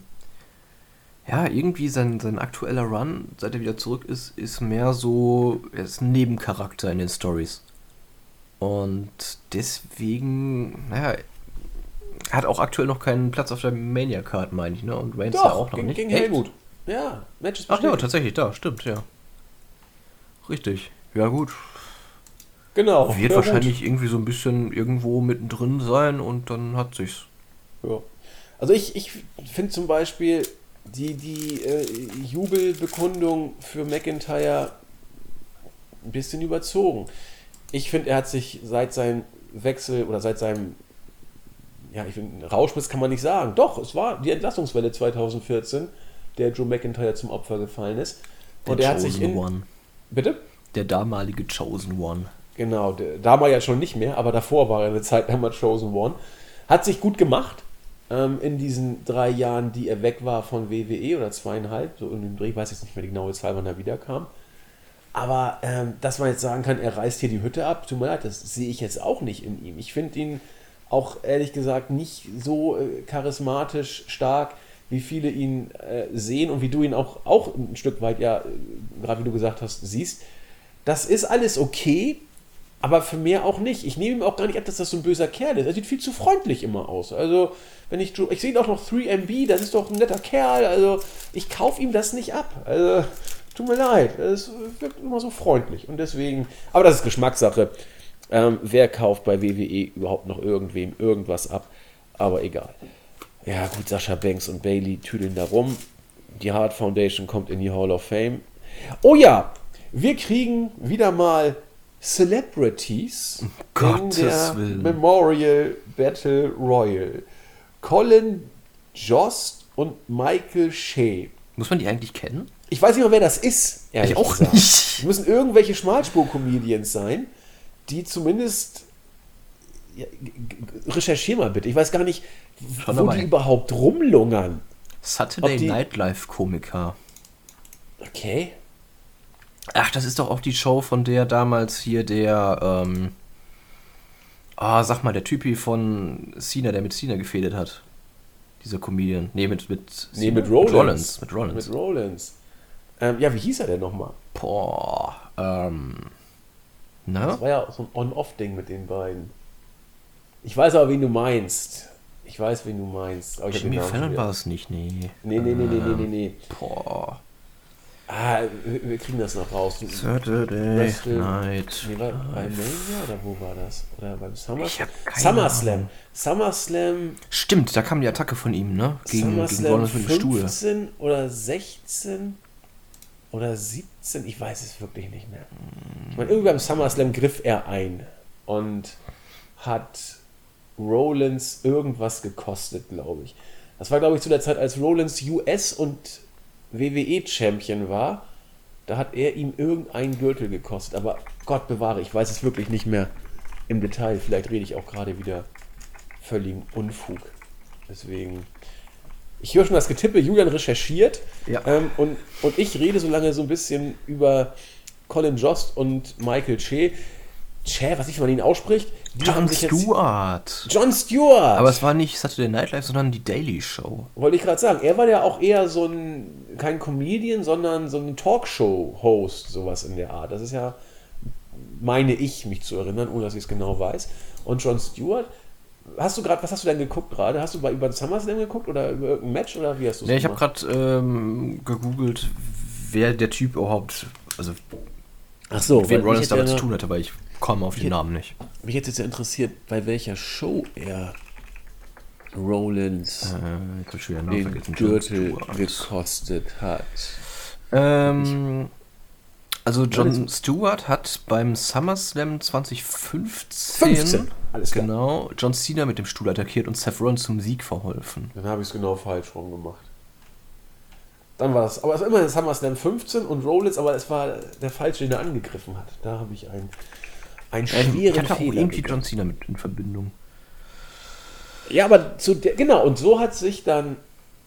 ja, irgendwie sein, sein aktueller Run, seit er wieder zurück ist, ist mehr so, er ist ein Nebencharakter in den Stories. Und deswegen, naja, er hat auch aktuell noch keinen Platz auf der Mania-Card, meine ich, ne? Und Reigns ja auch noch gegen, nicht. Gegen Helmut. Ja, Matches Ach ja, tatsächlich, da, stimmt, ja. Richtig. Ja, gut. Genau. Wird ja, wahrscheinlich gut. irgendwie so ein bisschen irgendwo mittendrin sein und dann hat sich's. Ja. Also ich, ich finde zum Beispiel die, die äh, Jubelbekundung für McIntyre ein bisschen überzogen. Ich finde, er hat sich seit seinem Wechsel oder seit seinem, ja, ich finde, Rauschmiss kann man nicht sagen. Doch, es war die Entlassungswelle zwanzig vierzehn, der Drew McIntyre zum Opfer gefallen ist. Und Der er hat sich in... One. Bitte? Der damalige Chosen One. Genau, der, damals ja schon nicht mehr, aber davor war er eine Zeit lang mal Chosen One. Hat sich gut gemacht ähm, in diesen drei Jahren, die er weg war von W W E oder zweieinhalb, so in dem Dreh, ich weiß jetzt nicht mehr die genaue Zahl, wann er wiederkam. Aber ähm, dass man jetzt sagen kann, er reißt hier die Hütte ab, tut mir leid, das sehe ich jetzt auch nicht in ihm. Ich finde ihn auch ehrlich gesagt nicht so äh, charismatisch stark, wie viele ihn äh, sehen und wie du ihn auch, auch ein Stück weit, ja, äh, gerade wie du gesagt hast, siehst. Das ist alles okay, aber für mehr auch nicht. Ich nehme ihm auch gar nicht ab, dass das so ein böser Kerl ist. Er sieht viel zu freundlich immer aus. Also, wenn ich, ich sehe auch noch drei M B, das ist doch ein netter Kerl. Also, ich kaufe ihm das nicht ab. Also, tut mir leid. Es wirkt immer so freundlich. Und deswegen, aber das ist Geschmackssache. Ähm, wer kauft bei W W E überhaupt noch irgendwem irgendwas ab? Aber egal. Ja, gut, Sascha Banks und Bayley tüdeln da rum. Die Hart Foundation kommt in die Hall of Fame. Oh ja, wir kriegen wieder mal Celebrities um Gottes in der Willen. Memorial Battle Royal. Colin Jost und Michael Shea. Muss man die eigentlich kennen? Ich weiß nicht mal, wer das ist. Ehrlich Ich auch gesagt. nicht. Es müssen irgendwelche Schmalspur-Comedians sein, die zumindest... Ja, g- g- recherchier mal bitte. Ich weiß gar nicht, Schon wo dabei. die überhaupt rumlungern. Saturday Ob die- Night Live Komiker. Okay. Ach, das ist doch auch die Show, von der damals hier der, ähm, ah, sag mal, der Typi von Cena, der mit Cena gefädelt hat. dieser Comedian. Nee, mit, mit, Nee, mit Rollins. Rollins. Mit Rollins. Mit Rollins. Ähm, ja, wie hieß er denn nochmal? Boah, ähm. Na? Das war ja so ein On-Off-Ding mit den beiden. Ich weiß aber, wen du meinst. Ich weiß, wen du meinst. Aber ich hab den Jimmy Namen schon Fallon wieder. war es nicht, nee. Nee, nee, nee, nee, nee, nee, nee. Boah. Ah, wir, wir kriegen das noch raus. Saturday Wrestle- Night. Nee, war bei Mania oder wo war das? Oder beim Summer Ich hab keine SummerSlam. Ahnung. SummerSlam. Stimmt, da kam die Attacke von ihm, ne? Gegen, gegen SummerSlam Rollins mit dem Stuhl. fünfzehn oder sechzehn oder siebzehn, ich weiß es wirklich nicht mehr. Ich meine, irgendwie beim SummerSlam griff er ein und hat Rollins irgendwas gekostet, glaube ich. Das war, glaube ich, zu der Zeit, als Rollins U S und W W E-Champion war. Da hat er ihm irgendeinen Gürtel gekostet. Aber Gott bewahre, ich weiß es wirklich nicht mehr im Detail. Vielleicht rede ich auch gerade wieder völligen Unfug. Deswegen... Ich höre schon das Getippe, Julian recherchiert Ja. ähm, und, und ich rede so lange so ein bisschen über Colin Jost und Michael Che. Che, was ich von ihnen ausspricht, die Jon haben sich jetzt... Stewart. Jon Stewart! Aber es war nicht Saturday Night Live, sondern die Daily Show. Wollte ich gerade sagen, er war ja auch eher so ein, kein Comedian, sondern so ein Talkshow-Host, sowas in der Art. Das ist ja, meine ich, mich zu erinnern, ohne dass ich es genau weiß. Und Jon Stewart... Hast du gerade, was hast du denn geguckt gerade? Hast du bei, über den SummerSlam geguckt oder über irgendein Match oder wie hast du es Nee, ich habe gemacht? gerade ähm, gegoogelt, wer der Typ überhaupt, also Ach so, mit wem weil Rollins mich damit hätte zu ja- tun hat, aber ich komme auf den Hier- Namen nicht. Mich hätte jetzt ja interessiert, bei welcher Show er Rollins Äh, jetzt hab ich wieder den Namen den vergessen. Jon Gürtel Stewart. gekostet hat. Ähm, also Jon Nein, Stewart hat beim SummerSlam zwanzig fünfzehn, fünfzehn, alles klar. genau, John Cena mit dem Stuhl attackiert und Seth Rollins zum Sieg verholfen. Dann habe ich es genau falsch rum gemacht. Dann war das, aber es war immerhin SummerSlam fünfzehn und Rollins, aber es war der falsche, den er angegriffen hat. Da habe ich einen, einen Ja, ich schweren hatte auch Fehler irgendwie begangen. John Cena mit in Verbindung. Ja, aber zu der, genau, und so hat sich dann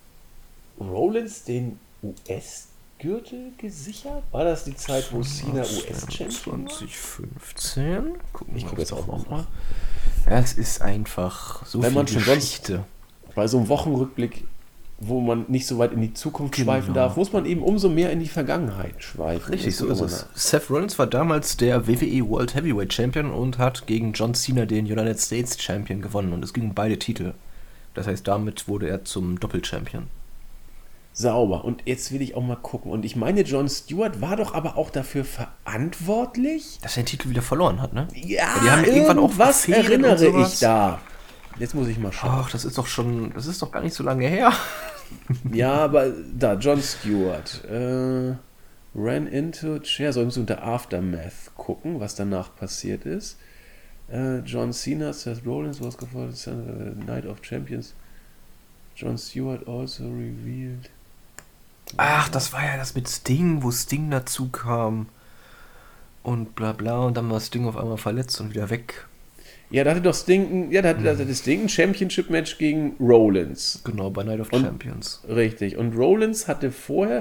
Rollins den U S-Gürtel gesichert? War das die Zeit, wo Cena U S-Champion war? zwanzig fünfzehn. Gucken Ich wir gucke jetzt das auch noch mal. mal. Ja, es ist einfach so Wenn viel man schon sonst- Geschichte. Bei so einem Wochenrückblick, wo man nicht so weit in die Zukunft Genau. schweifen darf, muss man eben umso mehr in die Vergangenheit schweifen. Richtig, Das so ist immer es. Seth Rollins war damals der W W E World Heavyweight Champion und hat gegen John Cena den United States Champion gewonnen. Und es ging um beide Titel. Das heißt, damit wurde er zum Doppelchampion. sauber. Und jetzt will ich auch mal gucken. Und ich meine, Jon Stewart war doch aber auch dafür verantwortlich? Dass er den Titel wieder verloren hat, ne? Ja, Weil die haben ja irgendwann auch was gefehlt und erinnere sowas. ich da? Jetzt muss ich mal schauen. Ach, das ist doch schon, das ist doch gar nicht so lange her. Ja, aber da, Jon Stewart. Äh, ran into Chair. Sollen wir unter Aftermath gucken, was danach passiert ist. Äh, John Cena, Seth Rollins was gefordert, uh, Night of Champions. Jon Stewart also revealed. Ach, das war ja das mit Sting, wo Sting dazu kam. Und bla bla. Und dann war Sting auf einmal verletzt und wieder weg. Ja, da hatte doch Sting, ein- ja, da hatte, da hatte Sting ein Championship-Match gegen Rollins. Genau, bei Night of Und- Champions. Richtig. Und Rollins hatte vorher.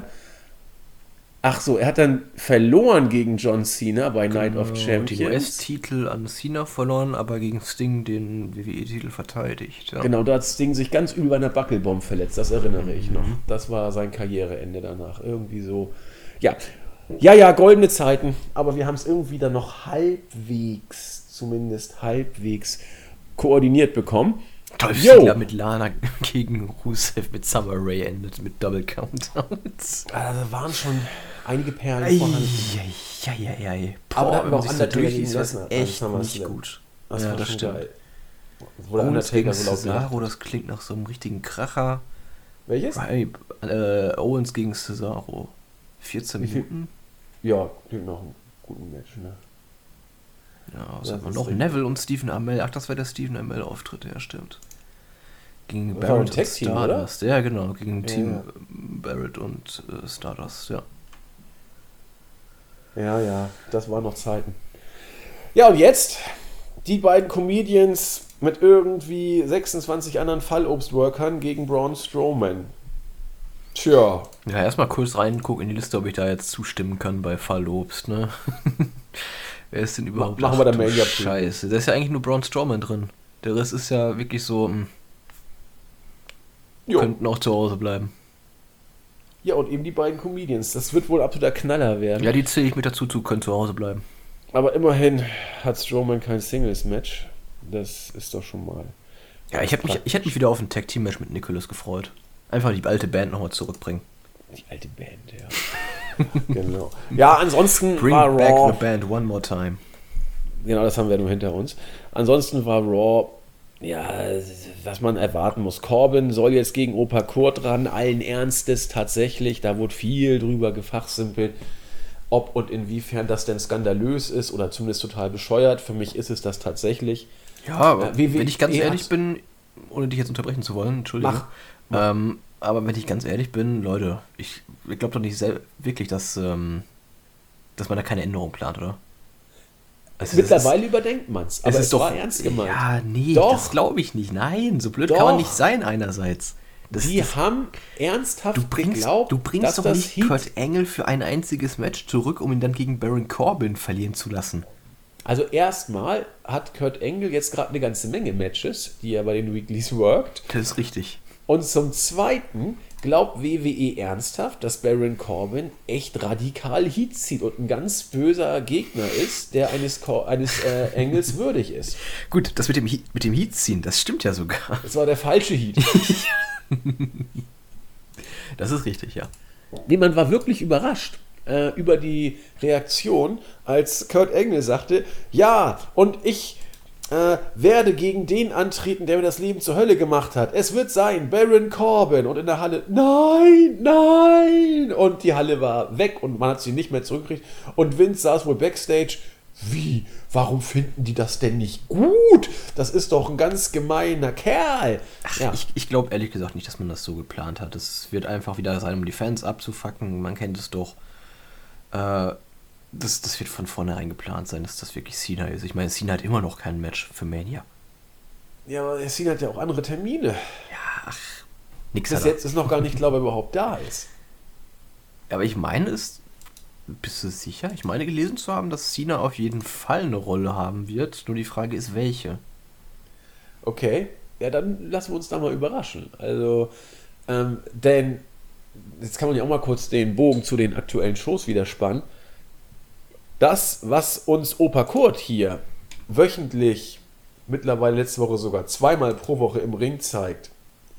Ach so, er hat dann verloren gegen John Cena bei Night of Genau, Champions. den U S-Titel an Cena verloren, aber gegen Sting den W W E-Titel verteidigt. Ja. Genau, da hat Sting sich ganz übel bei einer Buckelbomb verletzt, das erinnere ich noch. Mhm. Das war sein Karriereende danach. Irgendwie so. Ja. Ja, ja, goldene Zeiten, aber wir haben es irgendwie dann noch halbwegs, zumindest halbwegs koordiniert bekommen. Dolph Jo. Ziggler mit Lana gegen Rusev mit Summer Rae endet mit Double Countouts. Ah, da waren schon einige Perlen vorhanden. Eieieiei. Aber da hatten wir auch wenn man sich Undertaker da durchliest, gegen war es Lesnar. echt Das haben wir nicht es gut. Das ja, war das schon stimmt. geil. Wo der Owens gegen Undertaker so laut gelacht Cesaro, hat. das klingt nach so einem richtigen Kracher. Welches? Right, äh, Owens gegen Cesaro. vierzehn Wie viel- Minuten? Ja, klingt nach einem guten Match, ne? Ja, was Das hat man ist noch? richtig. Neville und Stephen Amell. Ach, das war der Stephen Amell-Auftritt, ja, stimmt. Gegen Das war ein Barrett und Tag-Team, oder? Stardust. Ja, genau, gegen Ja, Team ja. Barrett und äh, Stardust, ja. Ja, ja, das waren noch Zeiten. Ja, und jetzt die beiden Comedians mit irgendwie sechsundzwanzig anderen Fallobstworkern gegen Braun Strowman. Tja, Ja, erstmal kurz reingucken in die Liste, ob ich da jetzt zustimmen kann bei Fallobst, ne? Wer ist denn überhaupt Machen wir Ach da du Mania-Preview. Scheiße, da ist ja eigentlich nur Braun Strowman drin. Der Rest ist ja wirklich so, hm, Jo. könnten auch zu Hause bleiben. Ja, und eben die beiden Comedians. Das wird wohl absoluter Knaller werden. Ja, die zähle ich mit dazu, zu können zu Hause bleiben. Aber immerhin hat Strowman kein Singles-Match. Das ist doch schon mal. Ja, ich, mich, ich hätte mich wieder auf ein Tag-Team-Match mit Nicholas gefreut. Einfach die alte Band nochmal zurückbringen. Die alte Band, ja. Genau. Ja, ansonsten Bring war back Raw. the band one more time. Genau, das haben wir nur hinter uns. Ansonsten war Raw, ja, was man erwarten muss. Corbin soll jetzt gegen Opa Kurt ran, allen Ernstes tatsächlich. Da wurde viel drüber gefachsimpelt, ob und inwiefern das denn skandalös ist oder zumindest total bescheuert. Für mich ist es das tatsächlich. Ja, aber Äh, wie- wie- wenn ich ganz wie ehrlich hat- bin, ohne dich jetzt unterbrechen zu wollen, Entschuldigung. Mach. Mach. Ähm, aber wenn ich ganz ehrlich bin, Leute, ich, ich glaube doch nicht sel- wirklich, dass, ähm, dass man da keine Änderung plant, oder? Also, es Mittlerweile überdenkt man es, ist, aber es es ist doch war ernst gemeint. Ja, nee, Doch. das glaube ich nicht. Nein, so blöd Doch. kann man nicht sein einerseits. Das, Die das, haben ernsthaft du bringst, geglaubt, du bringst dass doch das nicht Heat... Kurt Angle für ein einziges Match zurück, um ihn dann gegen Baron Corbin verlieren zu lassen. Also erstmal hat Kurt Angle jetzt gerade eine ganze Menge Matches, die er bei den Weeklies workt. Das ist richtig. Und zum Zweiten glaubt W W E ernsthaft, dass Baron Corbin echt radikal Heat zieht und ein ganz böser Gegner ist, der eines, Cor eines äh, Engels würdig ist. Gut, das mit dem, Heat, mit dem Heat ziehen, das stimmt ja sogar. Das war der falsche Heat. Das ist richtig, ja. Nee, man war wirklich überrascht äh, über die Reaktion, als Kurt Angle sagte, ja, und ich äh, werde gegen den antreten, der mir das Leben zur Hölle gemacht hat. Es wird sein Baron Corbin. Und in der Halle, nein, nein. Und die Halle war weg und man hat sie nicht mehr zurückgekriegt. Und Vince saß wohl backstage. Wie? Warum finden die das denn nicht gut? Das ist doch ein ganz gemeiner Kerl. Ach, Ja. Ich, ich glaube ehrlich gesagt nicht, dass man das so geplant hat. Es wird einfach wieder sein, um die Fans abzufacken. Man kennt es doch. Äh, das, das wird von vornherein geplant sein, dass das wirklich Cena ist. Ich meine, Cena hat immer noch kein Match für Mania. Ja, aber Cena hat ja auch andere Termine. Ja, ach, nix Bis hat er. jetzt ist noch gar nicht klar, ob er überhaupt da ist. Aber ich meine es, bist du sicher? Ich meine gelesen zu haben, dass Cena auf jeden Fall eine Rolle haben wird. Nur die Frage ist, welche. Okay, ja, dann lassen wir uns da mal überraschen. Also, ähm, denn jetzt kann man ja auch mal kurz den Bogen zu den aktuellen Shows wieder spannen. Das, was uns Opa Kurt hier wöchentlich, mittlerweile letzte Woche sogar zweimal pro Woche im Ring zeigt,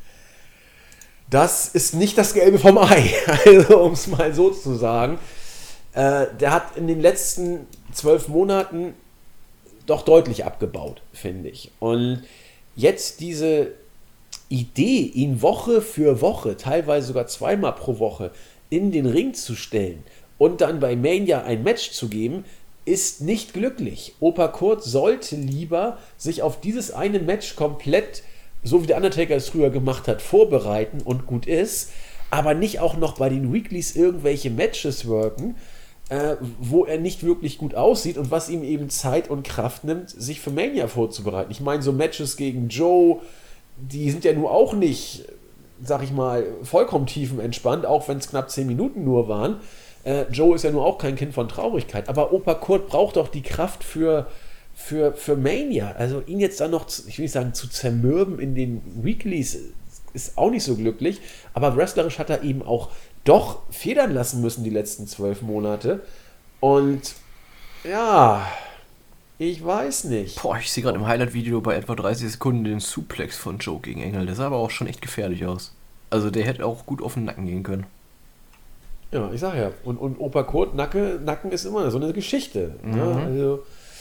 das ist nicht das Gelbe vom Ei, also um es mal so zu sagen. Äh, der hat in den letzten zwölf Monaten doch deutlich abgebaut, finde ich. Und jetzt diese Idee, ihn Woche für Woche, teilweise sogar zweimal pro Woche, in den Ring zu stellen und dann bei Mania ein Match zu geben, ist nicht glücklich. Opa Kurt sollte lieber sich auf dieses eine Match komplett, so wie der Undertaker es früher gemacht hat, vorbereiten und gut ist, aber nicht auch noch bei den Weeklies irgendwelche Matches worken, äh, wo er nicht wirklich gut aussieht und was ihm eben Zeit und Kraft nimmt, sich für Mania vorzubereiten. Ich meine, so Matches gegen Joe, die sind ja nur auch nicht, sag ich mal, vollkommen tiefenentspannt, auch wenn es knapp zehn Minuten nur waren. Äh, Joe ist ja nur auch kein Kind von Traurigkeit, aber Opa Kurt braucht doch die Kraft für, für, für Mania. Also ihn jetzt dann noch, zu, ich will nicht sagen, zu zermürben in den Weeklies ist auch nicht so glücklich, aber wrestlerisch hat er eben auch doch federn lassen müssen die letzten zwölf Monate. Und ja, ich weiß nicht. Boah, ich sehe gerade im Highlight-Video bei etwa dreißig Sekunden den Suplex von Joe gegen Engel. Der sah aber auch schon echt gefährlich aus. Also der hätte auch gut auf den Nacken gehen können. Ja, ich sag ja. Und, und Opa Kurt, Nacke, Nacken ist immer so eine Geschichte. Mhm. Ja, also,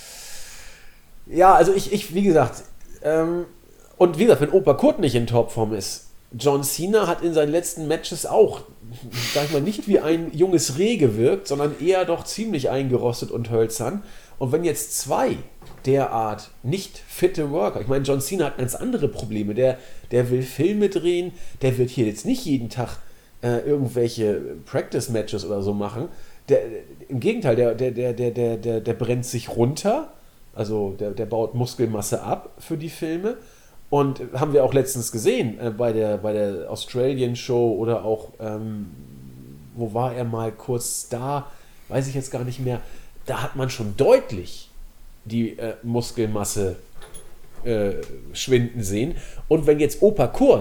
ja, also ich, ich wie gesagt, ähm, und wie gesagt, wenn Opa Kurt nicht in Topform ist, John Cena hat in seinen letzten Matches auch, sag ich mal, nicht wie ein junges Reh gewirkt, sondern eher doch ziemlich eingerostet und hölzern. Und wenn jetzt zwei derart nicht fitte Worker, ich meine, John Cena hat ganz andere Probleme, der, der will Filme drehen, der wird hier jetzt nicht jeden Tag äh, irgendwelche Practice-Matches oder so machen. Der, im Gegenteil, der, der, der, der, der, der, der brennt sich runter, also der, der baut Muskelmasse ab für die Filme. Und haben wir auch letztens gesehen äh, bei der, bei der Australian Show oder auch, ähm, wo war er mal kurz da, weiß ich jetzt gar nicht mehr, da hat man schon deutlich die äh, Muskelmasse äh, schwinden sehen. Und wenn jetzt Opa Kurt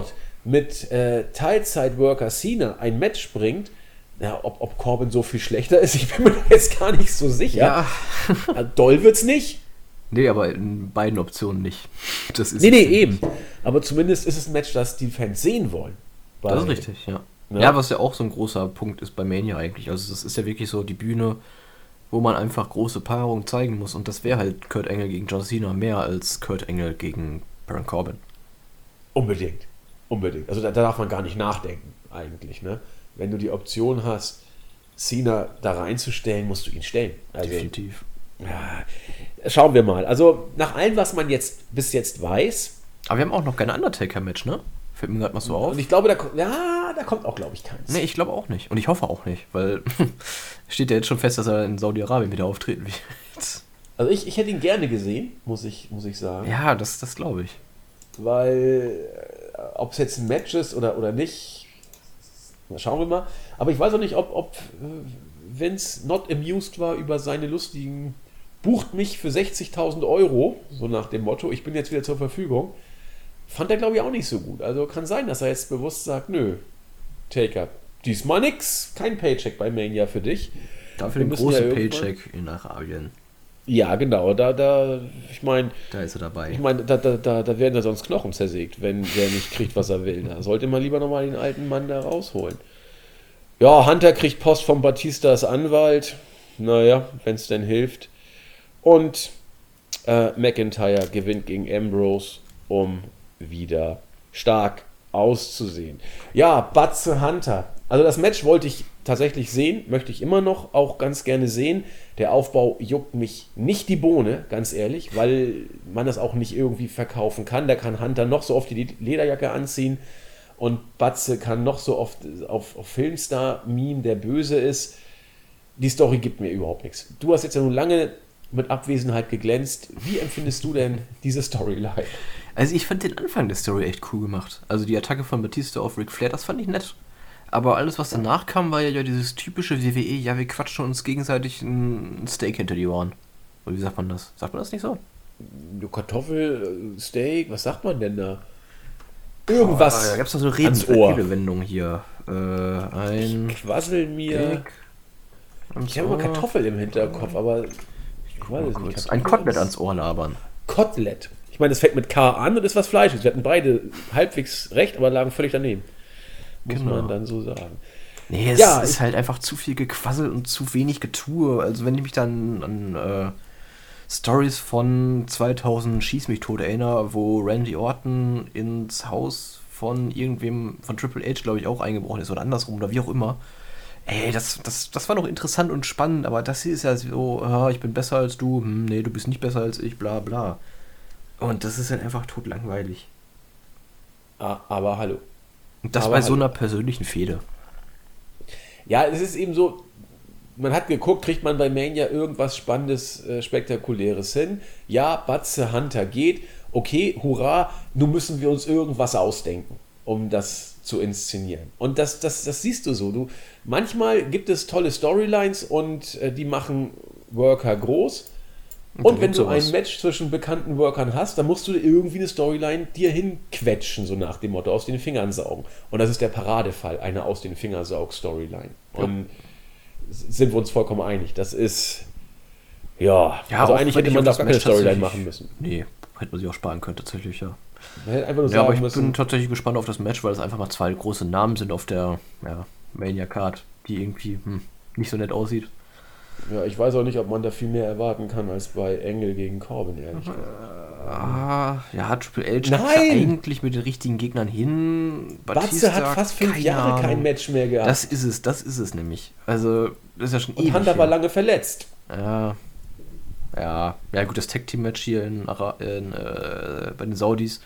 mit äh, Teilzeitworker Cena ein Match bringt, ja, ob, ob Corbin so viel schlechter ist, ich bin mir jetzt gar nicht so sicher. Ja. Doll wird's nicht. Nee, aber in beiden Optionen nicht. Das ist nee, nee, eben. Aber zumindest ist es ein Match, das die Fans sehen wollen. Weil, das ist richtig, ja. ja. Ja, was ja auch so ein großer Punkt ist bei Mania eigentlich. Also das ist ja wirklich so die Bühne, wo man einfach große Paarungen zeigen muss. Und das wäre halt Kurt Angle gegen John Cena mehr als Kurt Angle gegen Baron Corbin. Unbedingt. Unbedingt. Also da, da darf man gar nicht nachdenken, eigentlich. Ne? Wenn du die Option hast, Cena da reinzustellen, musst du ihn stellen. Also, definitiv. Ja, schauen wir mal. Also nach allem, was man jetzt bis jetzt weiß. Aber wir haben auch noch kein Undertaker-Match, ne? Fällt mir gerade mal so auf. Und ich glaube, da, ja, da kommt auch, glaube ich, keins. Ne, ich glaube auch nicht. Und ich hoffe auch nicht, weil steht ja jetzt schon fest, dass er in Saudi-Arabien wieder auftreten wird. Also ich, ich hätte ihn gerne gesehen, muss ich, muss ich sagen. Ja, das, das glaube ich. Weil, äh, ob es jetzt ein Match ist oder, oder nicht, na, schauen wir mal. Aber ich weiß auch nicht, ob, ob äh, Vince not amused war über seine lustigen, bucht mich für sechzigtausend Euro, so nach dem Motto, ich bin jetzt wieder zur Verfügung. Fand er, glaube ich, auch nicht so gut. Also kann sein, dass er jetzt bewusst sagt, nö, Taker, diesmal nix, kein Paycheck bei Mania für dich. Dafür den großen ja Paycheck in Arabien. Ja, genau, da, da, ich meine... Da ist er dabei. Ich meine, da, da, da, da werden da sonst Knochen zersägt, wenn der nicht kriegt, was er will. Da sollte man lieber nochmal den alten Mann da rausholen. Ja, Hunter kriegt Post von Batistas Anwalt. Naja, wenn es denn hilft. Und äh, McIntyre gewinnt gegen Ambrose, um wieder stark auszusehen. Ja, Batze Hunter. Also das Match wollte ich tatsächlich sehen, möchte ich immer noch auch ganz gerne sehen. Der Aufbau juckt mich nicht die Bohne, ganz ehrlich, weil man das auch nicht irgendwie verkaufen kann. Da kann Hunter noch so oft die Lederjacke anziehen und Batze kann noch so oft auf, auf Filmstar-Meme, der böse ist. Die Story gibt mir überhaupt nichts. Du hast jetzt ja nun lange mit Abwesenheit geglänzt. Wie empfindest du denn diese Storyline? Also ich fand den Anfang der Story echt cool gemacht. Also die Attacke von Batista auf Ric Flair, das fand ich nett. Aber alles, was danach kam, war ja, ja dieses typische W W E, ja, wir quatschen uns gegenseitig ein Steak hinter die Ohren. Oder wie sagt man das? Sagt man das nicht so? Kartoffel, Steak, was sagt man denn da? Irgendwas. Oh, da gab es doch so Reden, Redewendung hier. Äh, ein ich quassel mir. Ich habe immer Kartoffel im Hinterkopf, aber ich weiß es nicht. Ein Kotelett ans Ohr labern. Kotelett. Ich meine, das fängt mit K an und ist was Fleisches. Wir hatten beide halbwegs recht, aber lagen völlig daneben. Muss genau. man dann so sagen. Nee, es ja, ist halt einfach zu viel Gequassel und zu wenig Getue. Also wenn ich mich dann an äh, Stories von zweitausend Schieß mich tot erinnere, wo Randy Orton ins Haus von irgendwem, von Triple H, glaube ich, auch eingebrochen ist oder andersrum oder wie auch immer. Ey, das, das, das war noch interessant und spannend, aber das hier ist ja so, ah, ich bin besser als du, hm, nee, du bist nicht besser als ich, bla bla. Und das ist dann einfach totlangweilig. Ah, aber hallo. Und das aber bei hallo. so einer persönlichen Fehde. Ja, es ist eben so, man hat geguckt, kriegt man bei Mania irgendwas Spannendes, äh, Spektakuläres hin. Ja, Batze Hunter geht. Okay, hurra, nun müssen wir uns irgendwas ausdenken, um das zu inszenieren. Und das, das, das siehst du so. Du, manchmal gibt es tolle Storylines und äh, die machen Worker groß. Und, und wenn du sowas. ein Match zwischen bekannten Workern hast, dann musst du irgendwie eine Storyline dir hinquetschen, so nach dem Motto, aus den Fingern saugen. Und das ist der Paradefall, eine aus den Fingersaug-Storyline. Und ja. sind wir uns vollkommen einig. Das ist, ja, ja also eigentlich hätte man da gar keine Storyline machen müssen. Nee, hätte man sich auch sparen können, tatsächlich, ja. Man hätte einfach nur ja, aber ich müssen, bin tatsächlich gespannt auf das Match, weil es einfach mal zwei große Namen sind auf der ja, Mania-Card, die irgendwie hm, nicht so nett aussieht. Ja, ich weiß auch nicht, ob man da viel mehr erwarten kann als bei Engel gegen Corbin, ehrlich gesagt. Ah, ja, Triple H Nein! ja eigentlich mit den richtigen Gegnern hin. Batista hat fast fünf Jahre Ahnung. kein Match mehr gehabt. Das ist es, das ist es nämlich. Also, das ist ja schon Und Hunter hier. war lange verletzt. Ja. Ja, ja gut, das Tag-Team-Match hier in, in, äh, bei den Saudis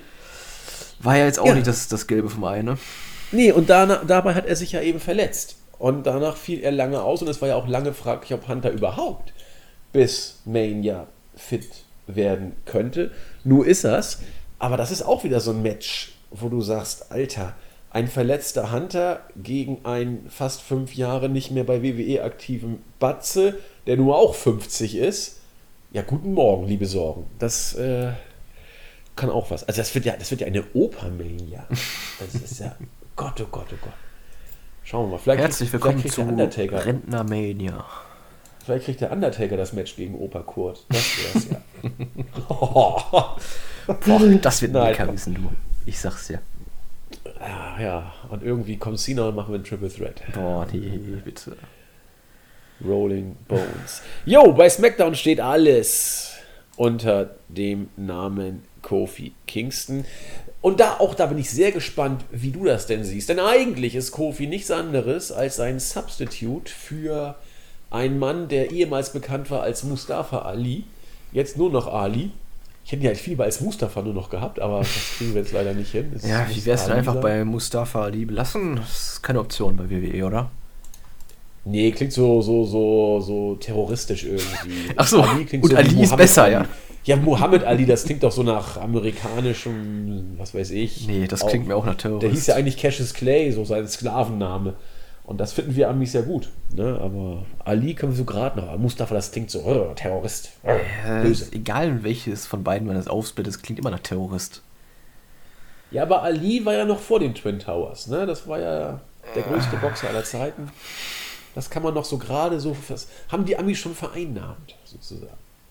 war ja jetzt auch ja. nicht das, das Gelbe vom Ei, ne? Nee, und danach, dabei hat er sich ja eben verletzt. Und danach fiel er lange aus und es war ja auch lange fraglich, ob Hunter überhaupt bis Mania fit werden könnte. Nur ist er's. Aber das ist auch wieder so ein Match, wo du sagst, Alter, ein verletzter Hunter gegen einen fast fünf Jahre nicht mehr bei W W E aktiven Batze, der nur auch fünfzig ist. Ja, guten Morgen, liebe Sorgen. Das, äh, kann auch was. Also das wird ja, das wird ja eine Opermania. Das ist ja, Gott, oh Gott, oh Gott. Schauen wir mal. Vielleicht Herzlich kriegt, willkommen vielleicht zu kriegt der Undertaker, Rentnermania. vielleicht kriegt der Undertaker das Match gegen Opa Kurt. Das wär's ja. oh. Boah, das wird ein Nein. Leckerbissen, du. Ich sag's dir. Ja, ja, und irgendwie kommt Cena und machen wir einen Triple Threat. Boah, nee, bitte. Rolling Bones. Jo, bei SmackDown steht alles unter dem Namen Kofi Kingston. Und da auch da bin ich sehr gespannt, wie du das denn siehst. Denn eigentlich ist Kofi nichts anderes als ein Substitute für einen Mann, der ehemals bekannt war als Mustafa Ali. Jetzt nur noch Ali. Ich hätte ihn halt viel als Mustafa nur noch gehabt, aber das kriegen wir jetzt leider nicht hin. Es Ja, muss wie wär's denn Ali einfach sein. bei Mustafa Ali belassen? Das ist keine Option bei W W E, oder? Nee, klingt so, so, so, so terroristisch irgendwie. Ach so, klingt und wie Ali ist Muhammad besser, Ali. ja. Ja, Muhammad Ali, das klingt doch so nach amerikanischem, was weiß ich. Nee, das klingt mir auch nach Terrorist. Der hieß ja eigentlich Cassius Clay, so sein Sklavenname. Und das finden wir Amis ja gut. Ne? Aber Ali können wir so gerade noch. Aber Mustafa, das klingt so, oh, Terrorist. Oh, Äh, böse. egal welches von beiden man das aufsplittet, es klingt immer nach Terrorist. Ja, aber Ali war ja noch vor den Twin Towers. Ne? Das war ja der größte Boxer aller Zeiten. Das kann man noch so gerade so, das haben die Amis schon vereinnahmt, sozusagen.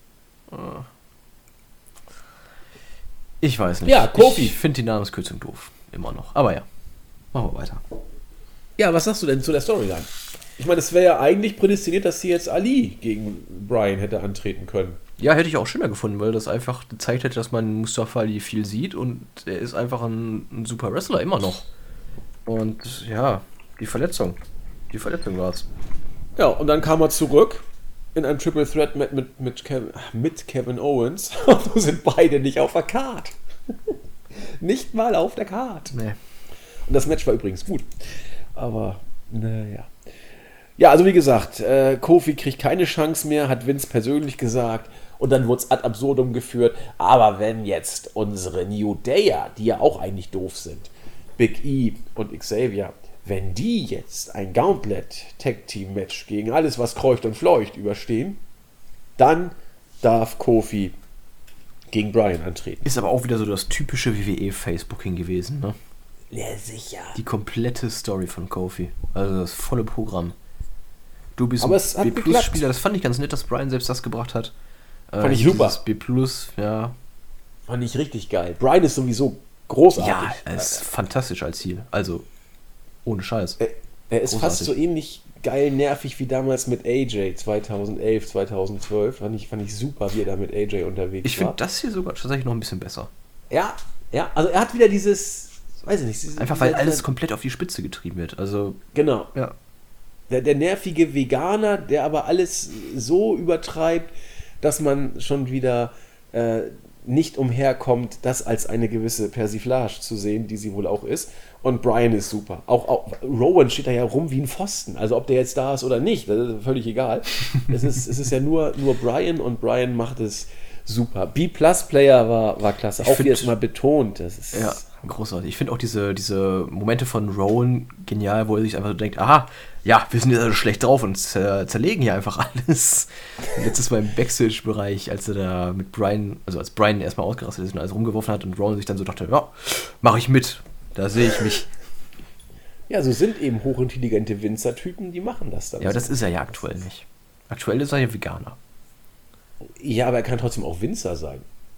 Ich weiß nicht. Ja, Kofi. Ich finde die Namenskürzung doof. Immer noch. Aber ja, machen wir weiter. Ja, was sagst du denn zu der Storyline? Ich meine, es wäre ja eigentlich prädestiniert, dass sie jetzt Ali gegen Bryan hätte antreten können. Ja, hätte ich auch schöner gefunden, weil das einfach gezeigt hätte, dass man Mustafa Ali viel sieht und er ist einfach ein, ein super Wrestler immer noch. Und ja, die Verletzung. Die Verletzung war's. Ja, und dann kam er zurück in einem Triple Threat mit, mit, mit, Kevin, mit Kevin Owens. Und so sind beide nicht auf der Card. Nicht mal auf der Card. Nee. Und das Match war übrigens gut. Aber, naja. Ja, also wie gesagt, äh, Kofi kriegt keine Chance mehr, hat Vince persönlich gesagt. Und dann wurde es ad absurdum geführt. Aber wenn jetzt unsere New Dayer, die ja auch eigentlich doof sind, Big E und Xavier, wenn die jetzt ein Gauntlet-Tag-Team-Match gegen alles, was kreucht und fleucht, überstehen, dann darf Kofi gegen Bryan antreten. Ist aber auch wieder so das typische W W E-Face-Booking gewesen, ne? Ja, sicher. Die komplette Story von Kofi. Also das volle Programm. Du bist Aber es hat B Plus geklappt. Spieler, das fand ich ganz nett, dass Bryan selbst das gebracht hat. Fand Äh, ich super. dieses B Plus, ja. Fand ich richtig geil. Bryan ist sowieso großartig. Ja, er ist fantastisch als Ziel. Also, ohne Scheiß. Er, er ist Großartig. fast so ähnlich geil nervig wie damals mit A J zweitausendelf, zweitausendzwölf. Fand ich, fand ich super, wie er da mit A J unterwegs Ich war. finde das hier sogar tatsächlich noch ein bisschen besser. Ja, ja, also er hat wieder dieses, weiß ich nicht. Dieses, Einfach weil dieser- alles komplett auf die Spitze getrieben wird. Also, Genau. ja. Der, der nervige Veganer, der aber alles so übertreibt, dass man schon wieder äh, nicht umherkommt, das als eine gewisse Persiflage zu sehen, die sie wohl auch ist. Und Bryan ist super. Auch, auch Rowan steht da ja rum wie ein Pfosten. Also ob der jetzt da ist oder nicht, das ist völlig egal. es, ist, es ist ja nur, nur Bryan und Bryan macht es super. B-Plus-Player war, war klasse. Ich Auch find- wie jetzt mal betont. Das ist Ja, großartig. Ich finde auch diese, diese Momente von Rowan genial, wo er sich einfach so denkt, aha, ja, wir sind jetzt also schlecht drauf und zer zerlegen hier einfach alles. Und letztes Mal im Backstage-Bereich, als er da mit Bryan, also als Bryan erstmal ausgerastet ist und alles rumgeworfen hat und Rowan sich dann so dachte, ja, mache ich mit. Da sehe ich mich. Ja, so sind eben hochintelligente Winzer-Typen, die machen das dann. Ja, aber so. das ist er ja aktuell nicht. Aktuell ist er ja Veganer. Ja, aber er kann trotzdem auch Winzer sein.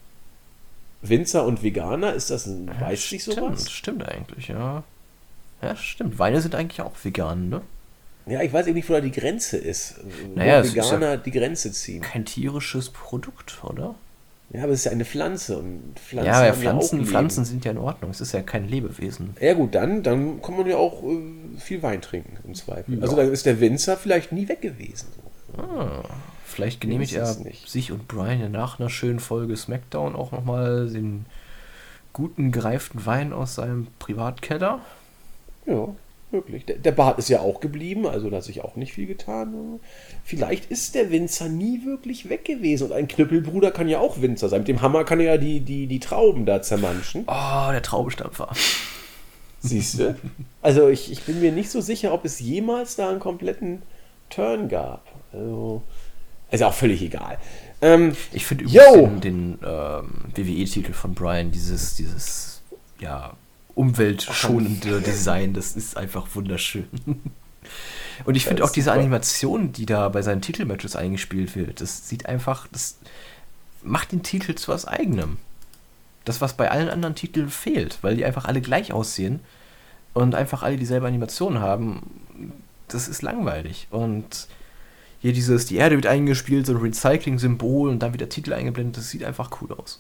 Winzer und Veganer, ist das ein, weiß ich stimmt, sowas? stimmt eigentlich, ja. Ja, stimmt. Weine sind eigentlich auch vegan, ne? Ja, ich weiß eben nicht, wo da die Grenze ist. Wo Naja, es ist Veganer ja- die Grenze ziehen. Kein tierisches Produkt, oder? Ja, aber es ist ja eine Pflanze und Pflanzen Ja, ja, haben ja auch Pflanzen, Leben. Pflanzen sind ja in Ordnung. Es ist ja kein Lebewesen. Ja gut, dann, dann kann man ja auch äh, viel Wein trinken im Zweifel. Ja. Also dann ist der Winzer vielleicht nie weg gewesen. Ah, vielleicht genehmigt Wir er wissen's nicht. sich und Bryan ja nach einer schönen Folge SmackDown auch nochmal den guten gereiften Wein aus seinem Privatkeller. Ja, wirklich. Der, der Bart ist ja auch geblieben, also da hat sich auch nicht viel getan. Vielleicht ist der Winzer nie wirklich weg gewesen. Und ein Knüppelbruder kann ja auch Winzer sein. Mit dem Hammer kann er ja die, die, die Trauben da zermanschen. Oh, der Traubenstampfer. Siehst du? Also ich, ich bin mir nicht so sicher, ob es jemals da einen kompletten Turn gab. Also Ist auch völlig egal. Ähm, ich finde yo! übrigens den, den ähm, W W E-Titel von Bryan, dieses, dieses, ja, umweltschonende Design, das ist einfach wunderschön. Und ich finde auch diese super. Animation, die da bei seinen Titelmatches eingespielt wird, das sieht einfach, das macht den Titel zu was Eigenem. Das, was bei allen anderen Titeln fehlt, weil die einfach alle gleich aussehen und einfach alle dieselbe Animation haben, das ist langweilig. Und hier dieses, die Erde wird eingespielt, so ein Recycling-Symbol und dann wird der Titel eingeblendet, das sieht einfach cool aus.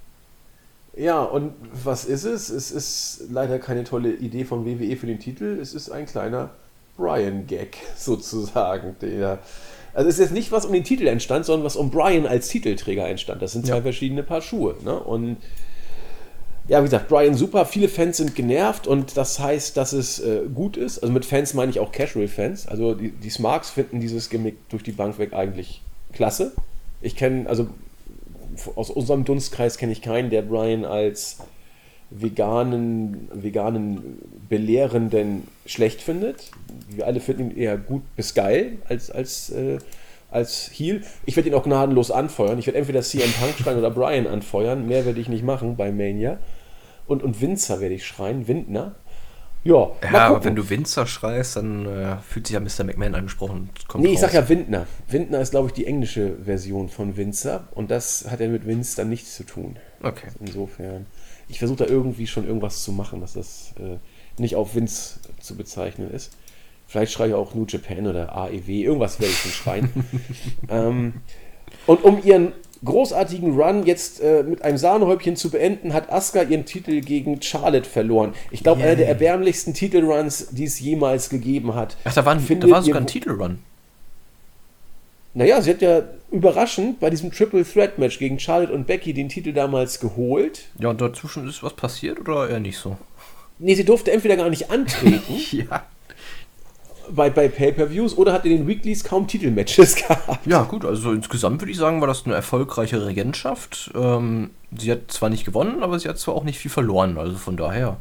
Ja, und was ist es? Es ist leider keine tolle Idee von W W E für den Titel, es ist ein kleiner Bryan-Gag sozusagen. Der, also es ist jetzt nicht, was um den Titel entstand, sondern was um Bryan als Titelträger entstand. Das sind zwei ja. verschiedene Paar Schuhe. Ne? Und ja, wie gesagt, Bryan super, viele Fans sind genervt und das heißt, dass es äh, gut ist. Also mit Fans meine ich auch Casual-Fans. Also die, die Smarks finden dieses Gimmick durch die Bank weg eigentlich klasse. Ich kenne, also aus unserem Dunstkreis kenne ich keinen, der Bryan als veganen, veganen Belehrenden schlecht findet. Wir alle finden ihn eher gut bis geil als, als, äh, als Heel. Ich werde ihn auch gnadenlos anfeuern. Ich werde entweder C M Punk schreien oder Bryan anfeuern. Mehr werde ich nicht machen bei Mania. Und, und Winzer werde ich schreien. Windner. Ja, ja aber wenn du Winzer schreist, dann äh, fühlt sich ja Mister McMahon angesprochen. Kommt nee, ich raus. Sag ja Windner. Windner ist, glaube ich, die englische Version von Winzer. Und das hat ja mit Vince dann nichts zu tun. Okay. Insofern. Ich versuche da irgendwie schon irgendwas zu machen, dass das äh, nicht auf Vince zu bezeichnen ist. Vielleicht schreie ich auch New Japan oder A E W. Irgendwas werde ich schon schreien. ähm, und um ihren großartigen Run jetzt äh, mit einem Sahnehäubchen zu beenden, hat Asuka ihren Titel gegen Charlotte verloren. Ich glaube, yeah. einer der erbärmlichsten Titelruns, die es jemals gegeben hat. Ach, da war, da war sogar ein Titelrun. Naja, sie hat ja überraschend bei diesem Triple Threat Match gegen Charlotte und Becky den Titel damals geholt. Ja, und dazwischen ist was passiert oder eher nicht so? Nee, sie durfte entweder gar nicht antreten. ja. Bei, bei Pay-Per-Views oder hat in den Weeklies kaum Titelmatches gehabt. Ja, gut, also insgesamt würde ich sagen, war das eine erfolgreiche Regentschaft. Ähm, sie hat zwar nicht gewonnen, aber sie hat zwar auch nicht viel verloren, also von daher.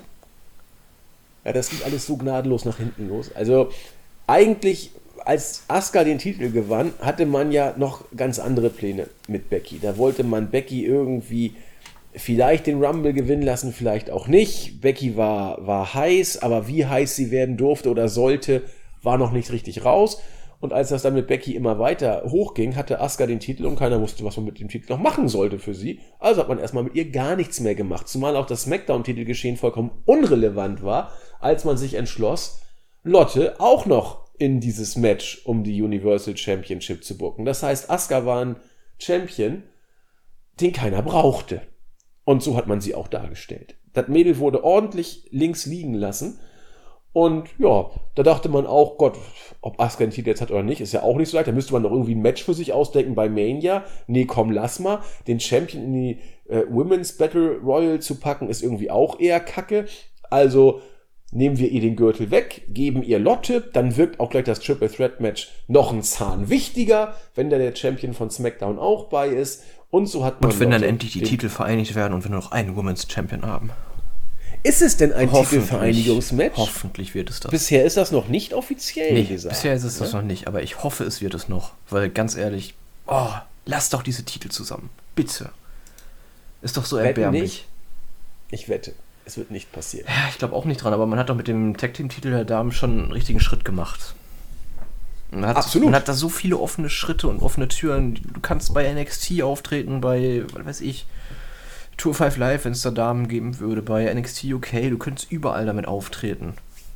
Ja, das geht alles so gnadenlos nach hinten los. Also eigentlich, als Asuka den Titel gewann, hatte man ja noch ganz andere Pläne mit Becky. Da wollte man Becky irgendwie vielleicht den Rumble gewinnen lassen, vielleicht auch nicht. Becky war, war heiß, aber wie heiß sie werden durfte oder sollte, war noch nicht richtig raus. Und als das dann mit Becky immer weiter hochging, hatte Asuka den Titel und keiner wusste, was man mit dem Titel noch machen sollte für sie. Also hat man erstmal mit ihr gar nichts mehr gemacht. Zumal auch das SmackDown-Titelgeschehen vollkommen unrelevant war, als man sich entschloss, Lotte auch noch in dieses Match um die Universal Championship zu booken. Das heißt, Asuka war ein Champion, den keiner brauchte. Und so hat man sie auch dargestellt. Das Mädel wurde ordentlich links liegen lassen. Und ja, da dachte man auch, Gott, ob Asuka den Titel jetzt hat oder nicht, ist ja auch nicht so leicht. Da müsste man doch irgendwie ein Match für sich ausdenken bei Mania. Nee, komm, lass mal. Den Champion in die äh, Women's Battle Royal zu packen, ist irgendwie auch eher kacke. Also nehmen wir ihr den Gürtel weg, geben ihr Lotte, dann wirkt auch gleich das Triple Threat Match noch ein Zahn wichtiger, wenn da der Champion von SmackDown auch bei ist. Und so hat man. Und wenn Lotte dann endlich die Titel vereinigt werden und wir nur noch einen Women's Champion haben. Ist es denn ein Titelvereinigungsmatch? Hoffentlich wird es das. Bisher ist das noch nicht offiziell nee, gesagt. Bisher ist es ne? das noch nicht, aber ich hoffe, es wird es noch. Weil ganz ehrlich, oh, lass doch diese Titel zusammen. Bitte. Ist doch so Wetten erbärmlich. Nicht? Ich wette, es wird nicht passieren. Ja, ich glaube auch nicht dran, aber man hat doch mit dem Tag-Team-Titel der Damen schon einen richtigen Schritt gemacht. Man hat, Absolut. Man hat da so viele offene Schritte und offene Türen. Du kannst bei N X T auftreten, bei, was weiß ich, Tour fünf Live, wenn es da Damen geben würde, bei N X T U K. Du könntest überall damit auftreten.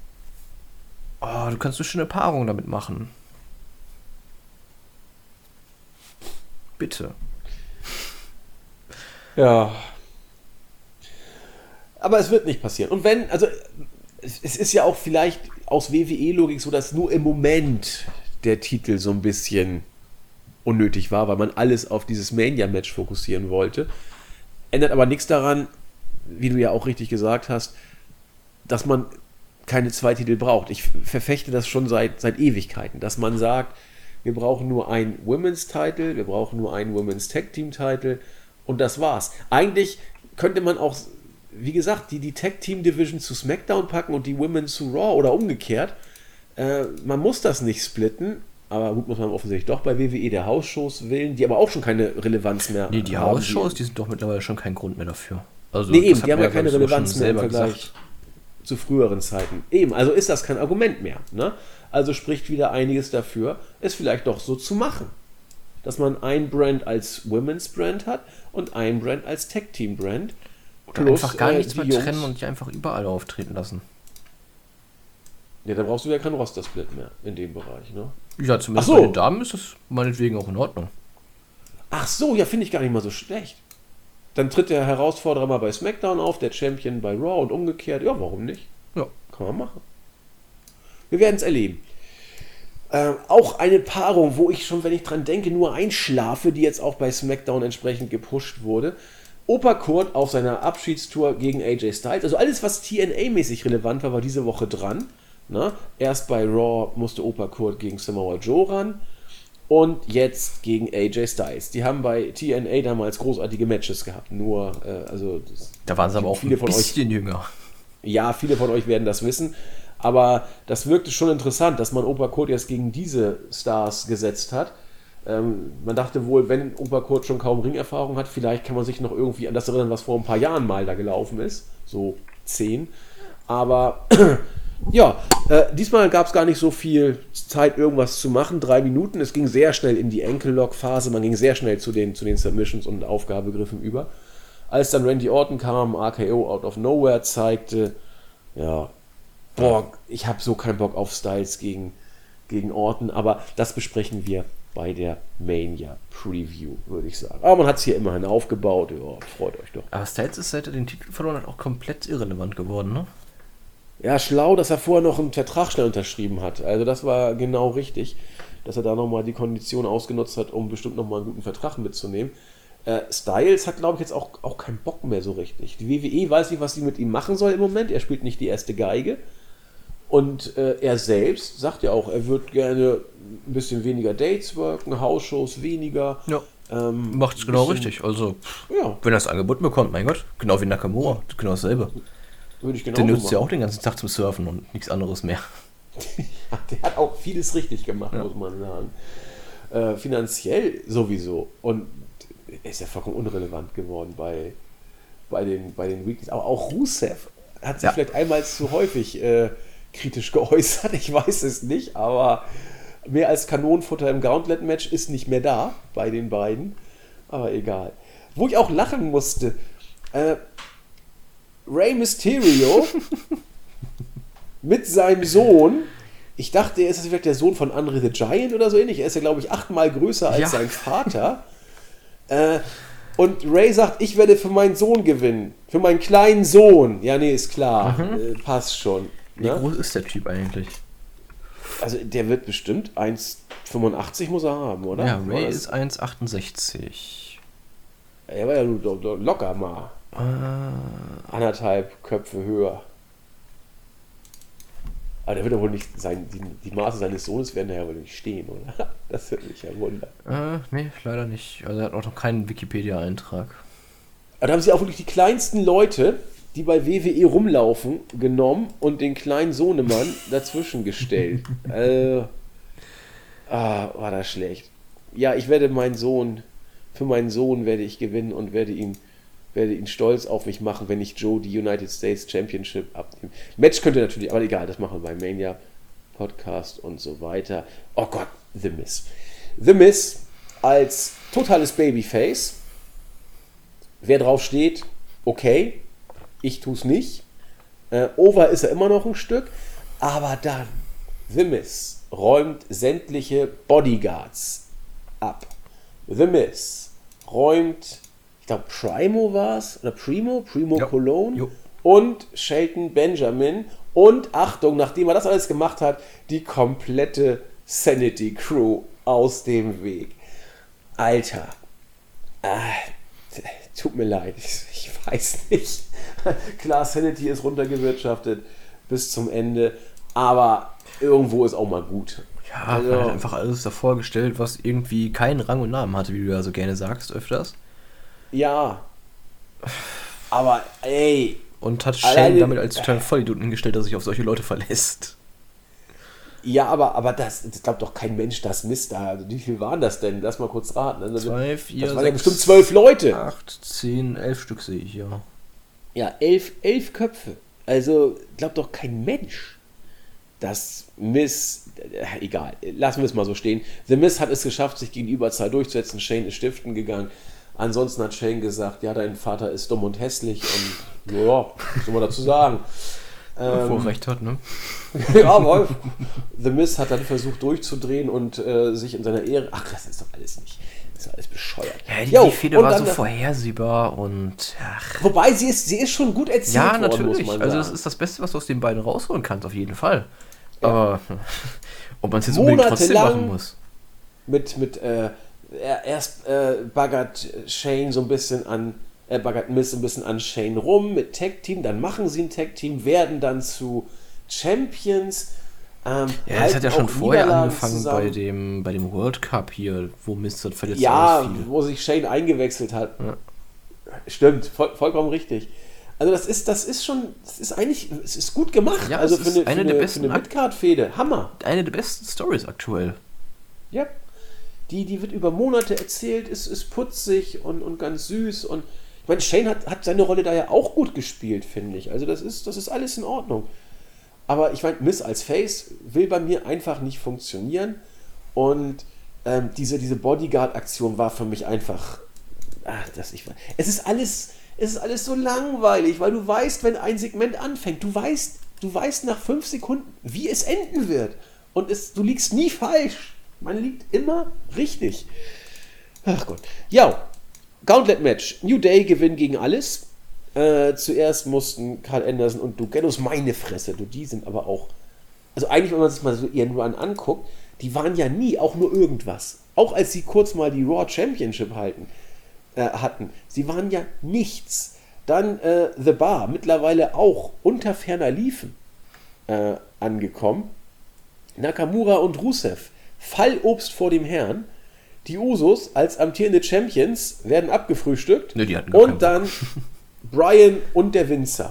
Oh, du kannst so schöne Paarungen damit machen. Bitte. Ja. Aber es wird nicht passieren. Und wenn, also es ist ja auch vielleicht aus W W E-Logik so, dass nur im Moment der Titel so ein bisschen unnötig war, weil man alles auf dieses Mania-Match fokussieren wollte. Ändert aber nichts daran, wie du ja auch richtig gesagt hast, dass man keine zwei Titel braucht. Ich verfechte das schon seit, seit Ewigkeiten, dass man sagt, wir brauchen nur einen Women's Title, wir brauchen nur einen Women's Tag Team Title und das war's. Eigentlich könnte man auch, wie gesagt, die, die Tag Team Division zu SmackDown packen und die Women zu Raw oder umgekehrt. Äh, man muss das nicht splitten Aber gut, muss man offensichtlich doch bei W W E der Hausshows wählen, die aber auch schon keine Relevanz mehr Nee, die haben. Hausshows, die sind doch mittlerweile schon kein Grund mehr dafür. Also, Nee, eben, das hat die haben man ja keine glaub ich, sogar Relevanz schon mehr im selber Vergleich gesagt. zu früheren Zeiten. Eben, also ist das kein Argument mehr. Ne? Also spricht wieder einiges dafür, es vielleicht doch so zu machen. Dass man ein Brand als Women's Brand hat und ein Brand als Tag-Team-Brand. Oder Plus, einfach gar äh, nichts die mehr Jungs- trennen und die einfach überall auftreten lassen. Ja, da brauchst du ja keinen Roster-Split mehr in dem Bereich. Ne? Ja, zumindest Ach so. bei den Damen ist das meinetwegen auch in Ordnung. Ach so, ja, finde ich gar nicht mal so schlecht. Dann tritt der Herausforderer mal bei SmackDown auf, der Champion bei Raw und umgekehrt. Ja, warum nicht? Ja. Kann man machen. Wir werden es erleben. Äh, auch eine Paarung, wo ich schon, wenn ich dran denke, nur einschlafe, die jetzt auch bei SmackDown entsprechend gepusht wurde. Opa Kurt auf seiner Abschiedstour gegen A J Styles. Also alles, was T N A-mäßig relevant war, war diese Woche dran. Na? Erst bei Raw musste Opa Kurt gegen Samoa Joe ran. Und jetzt gegen A J Styles. Die haben bei T N A damals großartige Matches gehabt. Nur, äh, also... Das, Da waren sie aber auch viele ein von euch bisschen jünger. Ja, viele von euch werden das wissen. Aber das wirkte schon interessant, dass man Opa Kurt jetzt gegen diese Stars gesetzt hat. Ähm, man dachte wohl, wenn Opa Kurt schon kaum Ringerfahrung hat, vielleicht kann man sich noch irgendwie an das erinnern, was vor ein paar Jahren mal da gelaufen ist. So zehn. Aber ja, äh, diesmal gab es gar nicht so viel Zeit, irgendwas zu machen. Drei Minuten. Es ging sehr schnell in die Ankle-Lock-Phase. Man ging sehr schnell zu den, zu den Submissions und Aufgabegriffen über. Als dann Randy Orton kam, R K O out of nowhere zeigte, ja, boah, ich habe so keinen Bock auf Styles gegen, gegen Orton, aber das besprechen wir bei der Mania Preview, würde ich sagen. Aber man hat es hier immerhin aufgebaut, ja, freut euch doch. Aber Styles ist, seit er den Titel verloren hat, auch komplett irrelevant geworden, ne? Ja, schlau, dass er vorher noch einen Vertrag schnell unterschrieben hat. Also das war genau richtig, dass er da nochmal die Kondition ausgenutzt hat, um bestimmt nochmal einen guten Vertrag mitzunehmen. Äh, Styles hat, glaube ich, jetzt auch, auch keinen Bock mehr so richtig. Die W W E weiß nicht, was sie mit ihm machen soll im Moment. Er spielt nicht die erste Geige. Und äh, er selbst sagt ja auch, er wird gerne ein bisschen weniger Dates worken, Hausshows weniger. Ja. Ähm, Macht's genau bisschen- richtig. Also, Ja, wenn er das Angebot bekommt, mein Gott, genau wie Nakamura, genau dasselbe. würde ich genau Der so nutzt ja machen. auch den ganzen Tag zum Surfen und nichts anderes mehr. Der hat auch vieles richtig gemacht, Ja. muss man sagen. Äh, finanziell sowieso. Und er ist ja vollkommen unrelevant geworden bei, bei den, bei den Weeklies. Aber auch Rusev hat sich Ja. vielleicht einmal zu häufig äh, kritisch geäußert. Ich weiß es nicht, aber mehr als Kanonenfutter im Gauntlet-Match ist nicht mehr da bei den beiden. Aber egal. Wo ich auch lachen musste, äh, Rey Mysterio mit seinem Sohn. Ich dachte, er ist vielleicht der Sohn von Andre the Giant oder so ähnlich. Er ist ja, glaube ich, achtmal größer als Ja. sein Vater. äh, und Ray sagt, ich werde für meinen Sohn gewinnen. Für meinen kleinen Sohn. Ja, nee, ist klar. Äh, passt schon. Wie Ne? groß ist der Typ eigentlich? Also der wird bestimmt eins Komma fünfundachtzig muss er haben, oder? Ja, Ray War das- ist eins Komma achtundsechzig. Er war ja nur do- do- locker mal Äh, anderthalb Köpfe höher. Aber der wird ja wohl nicht sein, die, die Maße seines Sohnes werden da ja wohl nicht stehen, oder? Das würde mich ja wundern. äh, nee, leider nicht. Also er hat auch noch keinen Wikipedia-Eintrag. Aber da haben sie auch wirklich die kleinsten Leute, die bei W W E rumlaufen, genommen und den kleinen Sohnemann dazwischen gestellt. äh, ah, war das schlecht. Ja, ich werde meinen Sohn, für meinen Sohn werde ich gewinnen und werde ihn, werde ihn stolz auf mich machen, wenn ich Joe die United States Championship abnehme. Match könnte natürlich, aber egal, das machen wir beim Mania Podcast und so weiter. Oh Gott, The Miz. The Miz als totales Babyface. Wer drauf steht, okay. Ich tue es nicht. Äh, over ist er immer noch ein Stück. Aber dann, The Miz räumt sämtliche Bodyguards ab. The Miz räumt, ich glaube, Primo war es, oder Primo, Primo Ja. Cologne Jo. und Shelton Benjamin. Und Achtung, nachdem er das alles gemacht hat, die komplette Sanity Crew aus dem Weg. Alter. Ah, t- tut mir leid, ich, ich weiß nicht. Klar, Sanity ist runtergewirtschaftet bis zum Ende, aber irgendwo ist auch mal gut. Ja, Also- man hat einfach alles davor gestellt, was irgendwie keinen Rang und Namen hatte, wie du ja so gerne sagst öfters. Ja. Aber ey, Und hat Alleine- Shane damit als totalen Vollidioten hingestellt, dass er sich auf solche Leute verlässt. Ja, aber, aber das, das glaubt doch kein Mensch, das Mist da. Also wie viel waren das denn? Lass mal kurz raten. Also, Zwei, vier, das waren ja sechs, bestimmt zwölf Leute. Acht, zehn, elf Stück sehe ich, ja. Ja, elf, elf Köpfe. Also glaubt doch kein Mensch, dass Miz, äh, egal, lassen wir es mal so stehen. The Miz hat es geschafft, sich gegen die Überzahl durchzusetzen. Shane ist stiften gegangen. Ansonsten hat Shane gesagt, ja, dein Vater ist dumm und hässlich und ja, was soll man dazu sagen? Ähm, Wo recht hat, ne? Ja, aber The Miz hat dann versucht durchzudrehen und äh, sich in seiner Ehre. Ach, das ist doch alles nicht. Das ist doch alles bescheuert. Ja, die, Jo, die Fehde und war dann so vorhersehbar und. Ach. Wobei sie ist, sie ist schon gut erzählt Ja, worden, natürlich. muss man Also, sagen. das ist das Beste, was du aus den beiden rausholen kannst, auf jeden Fall. Ja. Aber ob man es jetzt unbedingt trotzdem Monatelang machen muss. Mit, mit äh, erst äh, baggert Shane so ein bisschen an. Er baggert Miz ein bisschen an Shane rum mit Tag-Team, dann machen sie ein Tag-Team, werden dann zu Champions. Ähm, Ja, das hat ja schon vorher Niederlagen angefangen zusammen. bei dem, bei dem World Cup hier, wo Miz das verletzt Ja, ausfiel. wo sich Shane eingewechselt hat. Ja. Stimmt, voll, vollkommen richtig. Also das ist, das ist schon, das ist eigentlich, es ist gut gemacht. Ja, also es für ist eine, eine für der eine, besten für eine Ak- Midcard-Fehde. Hammer. Eine der besten Stories aktuell. Ja. Die, die wird über Monate erzählt, ist, ist putzig und, und ganz süß. Und ich meine, Shane hat, hat seine Rolle da ja auch gut gespielt, finde ich. Also das ist, das ist alles in Ordnung. Aber ich meine, Miz als Face will bei mir einfach nicht funktionieren. Und ähm, diese, diese Bodyguard-Aktion war für mich einfach. Ach, das ich. Es ist alles, es ist alles so langweilig, weil du weißt, wenn ein Segment anfängt, du weißt, du weißt nach fünf Sekunden, wie es enden wird. Und es, du liegst nie falsch. Man liegt immer richtig. Ach Gott. Ja, Gauntlet-Match. New Day gewinnen gegen alles. Äh, zuerst mussten Carl Anderson und Duke Gallows, meine Fresse, du, die sind aber auch. Also eigentlich, wenn man sich mal so ihren Run anguckt, die waren ja nie auch nur irgendwas. Auch als sie kurz mal die Raw Championship halten, äh, hatten. Sie waren ja nichts. Dann äh, The Bar, mittlerweile auch unter ferner Liefen äh, angekommen. Nakamura und Rusev, Fallobst vor dem Herrn. Die Usos als amtierende Champions werden abgefrühstückt. Ne, die hatten gar keinen Und dann Brian und der Winzer.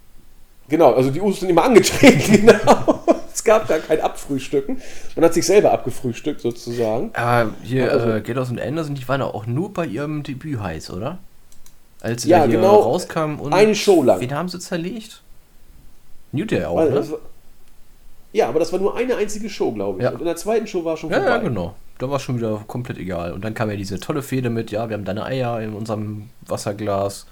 Genau, also die Usos sind immer angetreten. Genau. Es gab gar kein Abfrühstücken. Man hat sich selber abgefrühstückt sozusagen. Aber hier, Also- äh, Gallows und Anderson, die waren auch nur bei ihrem Debüt heiß, oder? Als sie Ja, da hier genau. rauskamen und. Eine Show lang. Wen haben sie zerlegt? New Day auch, Weil ne? das war- Ja, aber das war nur eine einzige Show, glaube ich. Ja. Und in der zweiten Show war schon Ja, vorbei. ja, genau. Da war es schon wieder komplett egal. Und dann kam ja diese tolle Fehde mit, ja, wir haben deine Eier in unserem Wasserglas.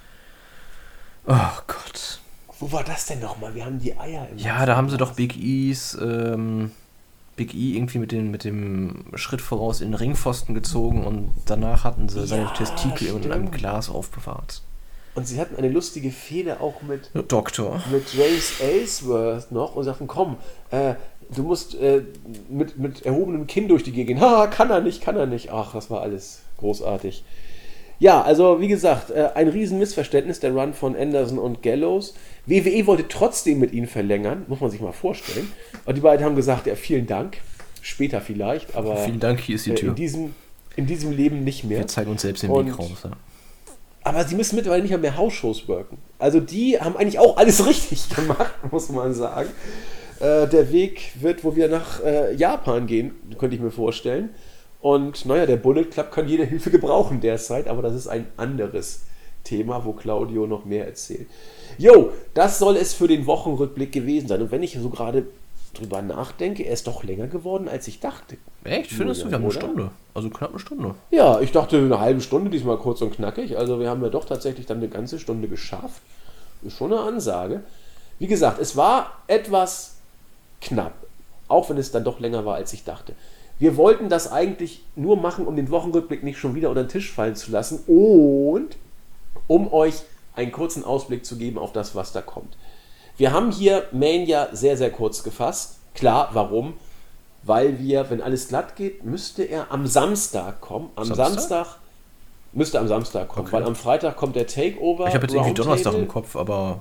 Oh Gott. Wo war das denn nochmal? Wir haben die Eier im Ja, da haben sie doch Big E's, ähm, Big E irgendwie mit, den, mit dem Schritt voraus in den Ringpfosten gezogen und danach hatten sie seine Ja, Testikel in einem stimmt. Glas aufbewahrt. Und sie hatten eine lustige Fehde auch mit, Doktor. mit Jace Ellsworth noch und sagten, komm, äh, du musst äh, mit, mit erhobenem Kinn durch die Gegend gehen. Ha, kann er nicht, kann er nicht. Ach, das war alles großartig. Ja, also wie gesagt, äh, ein riesen Missverständnis, der Run von Anderson und Gallows. W W E wollte trotzdem mit ihnen verlängern, muss man sich mal vorstellen. Und die beiden haben gesagt, ja, vielen Dank, später vielleicht, aber Vielen Dank, hier ist die äh, Tür. in, diesem, in diesem Leben nicht mehr. Wir zeigen uns selbst den Und- Weg raus. Ja. Aber sie müssen mittlerweile nicht mehr, mehr House-Shows worken. Also die haben eigentlich auch alles richtig gemacht, muss man sagen. Äh, der Weg wird wohl wieder nach äh, Japan gehen, könnte ich mir vorstellen. Und naja, der Bullet Club kann jede Hilfe gebrauchen derzeit, aber das ist ein anderes Thema, wo Claudio noch mehr erzählt. Jo, das soll es für den Wochenrückblick gewesen sein. Und wenn ich so gerade drüber nachdenke, er ist doch länger geworden, als ich dachte. Echt? Findest du? Wir haben eine Oder? Stunde. Also knapp eine Stunde. Ja, ich dachte eine halbe Stunde, diesmal kurz und knackig. Also wir haben ja doch tatsächlich dann eine ganze Stunde geschafft. Ist schon eine Ansage. Wie gesagt, es war etwas knapp. Auch wenn es dann doch länger war, als ich dachte. Wir wollten das eigentlich nur machen, um den Wochenrückblick nicht schon wieder unter den Tisch fallen zu lassen und um euch einen kurzen Ausblick zu geben auf das, was da kommt. Wir haben hier Mania sehr, sehr kurz gefasst. Klar, warum? Weil wir, wenn alles glatt geht, müsste er am Samstag kommen. Am Samstag? Samstag, müsste am Samstag kommen, Okay. weil am Freitag kommt der Takeover. Ich habe jetzt irgendwie Roundtable. Donnerstag im Kopf, aber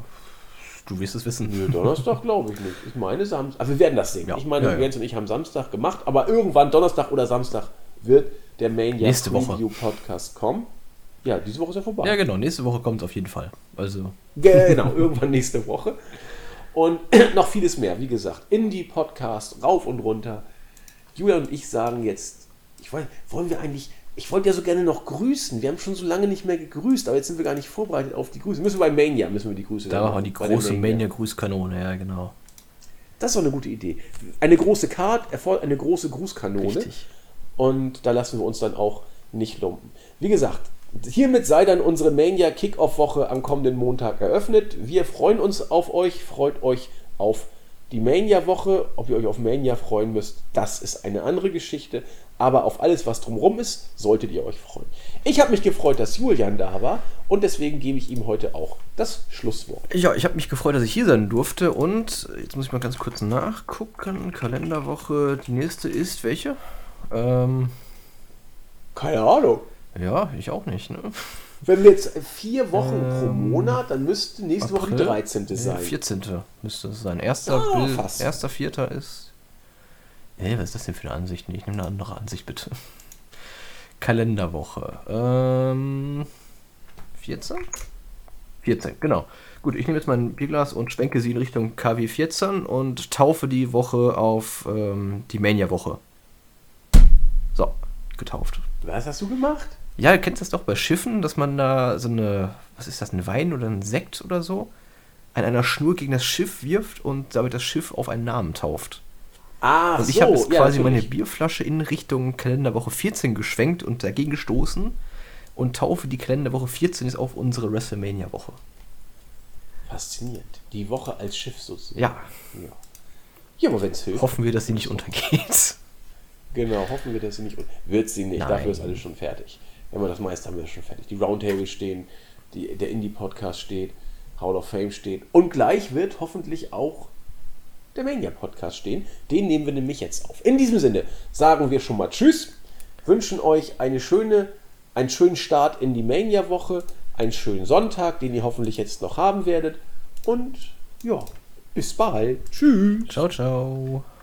du wirst es wissen. Nö, Donnerstag glaube ich nicht. Ich meine Samstag. Aber wir werden das sehen. Ja, Ich meine, ja, ja. Jens und ich haben Samstag gemacht, aber irgendwann Donnerstag oder Samstag wird der Mania Nächste Woche. Preview Podcast kommen. Ja, diese Woche ist ja vorbei. Ja, genau. Nächste Woche kommt es auf jeden Fall. Also, Genau, irgendwann nächste Woche. und noch vieles mehr. Wie gesagt, Indie-Podcast, rauf und runter. Julian und ich sagen jetzt, ich wollte, wollen wir eigentlich, ich wollte ja so gerne noch grüßen. Wir haben schon so lange nicht mehr gegrüßt, aber jetzt sind wir gar nicht vorbereitet auf die Grüße. Müssen wir bei Mania, müssen wir die Grüße Da machen wir die bei der große Mania-Grüßkanone, ja genau. Das ist doch eine gute Idee. Eine große Card erfordert eine große Grußkanone. Richtig. Und da lassen wir uns dann auch nicht lumpen. Wie gesagt, hiermit sei dann unsere Mania Kickoff-Woche am kommenden Montag eröffnet. Wir freuen uns auf euch, freut euch auf die Mania-Woche. Ob ihr euch auf Mania freuen müsst, das ist eine andere Geschichte. Aber auf alles, was drumherum ist, solltet ihr euch freuen. Ich habe mich gefreut, dass Julian da war und deswegen gebe ich ihm heute auch das Schlusswort. Ja, ich habe mich gefreut, dass ich hier sein durfte und jetzt muss ich mal ganz kurz nachgucken. Kalenderwoche, die nächste ist welche? Ähm, Keine Ahnung. ja, ich auch nicht, ne? Wenn wir jetzt vier Wochen Ähm, pro Monat, dann müsste nächste Woche die April? dreizehnte Nee, sein. vierzehnte müsste es sein. Erster, Ah, Bild, fast. erster Vierter ist... Hey, was ist das denn für eine Ansicht? Nee, ich nehme eine andere Ansicht, bitte. Kalenderwoche. Ähm, vierzehn? vierzehn, genau. Gut, ich nehme jetzt mein Bierglas und schwenke sie in Richtung K W vierzehn und taufe die Woche auf ähm, die Mania-Woche. So, getauft. Was hast du gemacht? Ja, du kennst das doch bei Schiffen, dass man da so eine, was ist das, ein Wein oder ein Sekt oder so, an einer Schnur gegen das Schiff wirft und damit das Schiff auf einen Namen tauft. Ah, Und so. ich habe jetzt ja, quasi meine natürlich. Bierflasche in Richtung Kalenderwoche vierzehn geschwenkt und dagegen gestoßen und taufe die Kalenderwoche vierzehn jetzt auf unsere WrestleMania-Woche. Faszinierend. Die Woche als Schiff sozusagen. Ja, Ja, ja aber wenn es hilft. hoffen wir, dass sie nicht untergeht. Genau, hoffen wir, dass sie nicht. Wird sie nicht, Nein. dafür ist alles schon fertig. Wenn wir das meiste haben wir schon fertig. Die Roundtables stehen, die, der Indie-Podcast steht, Hall of Fame steht. Und gleich wird hoffentlich auch der Mania-Podcast stehen. Den nehmen wir nämlich jetzt auf. In diesem Sinne sagen wir schon mal Tschüss, wünschen euch eine schöne, einen schönen Start in die Mania-Woche, einen schönen Sonntag, den ihr hoffentlich jetzt noch haben werdet. Und ja, bis bald. Tschüss. Ciao, ciao.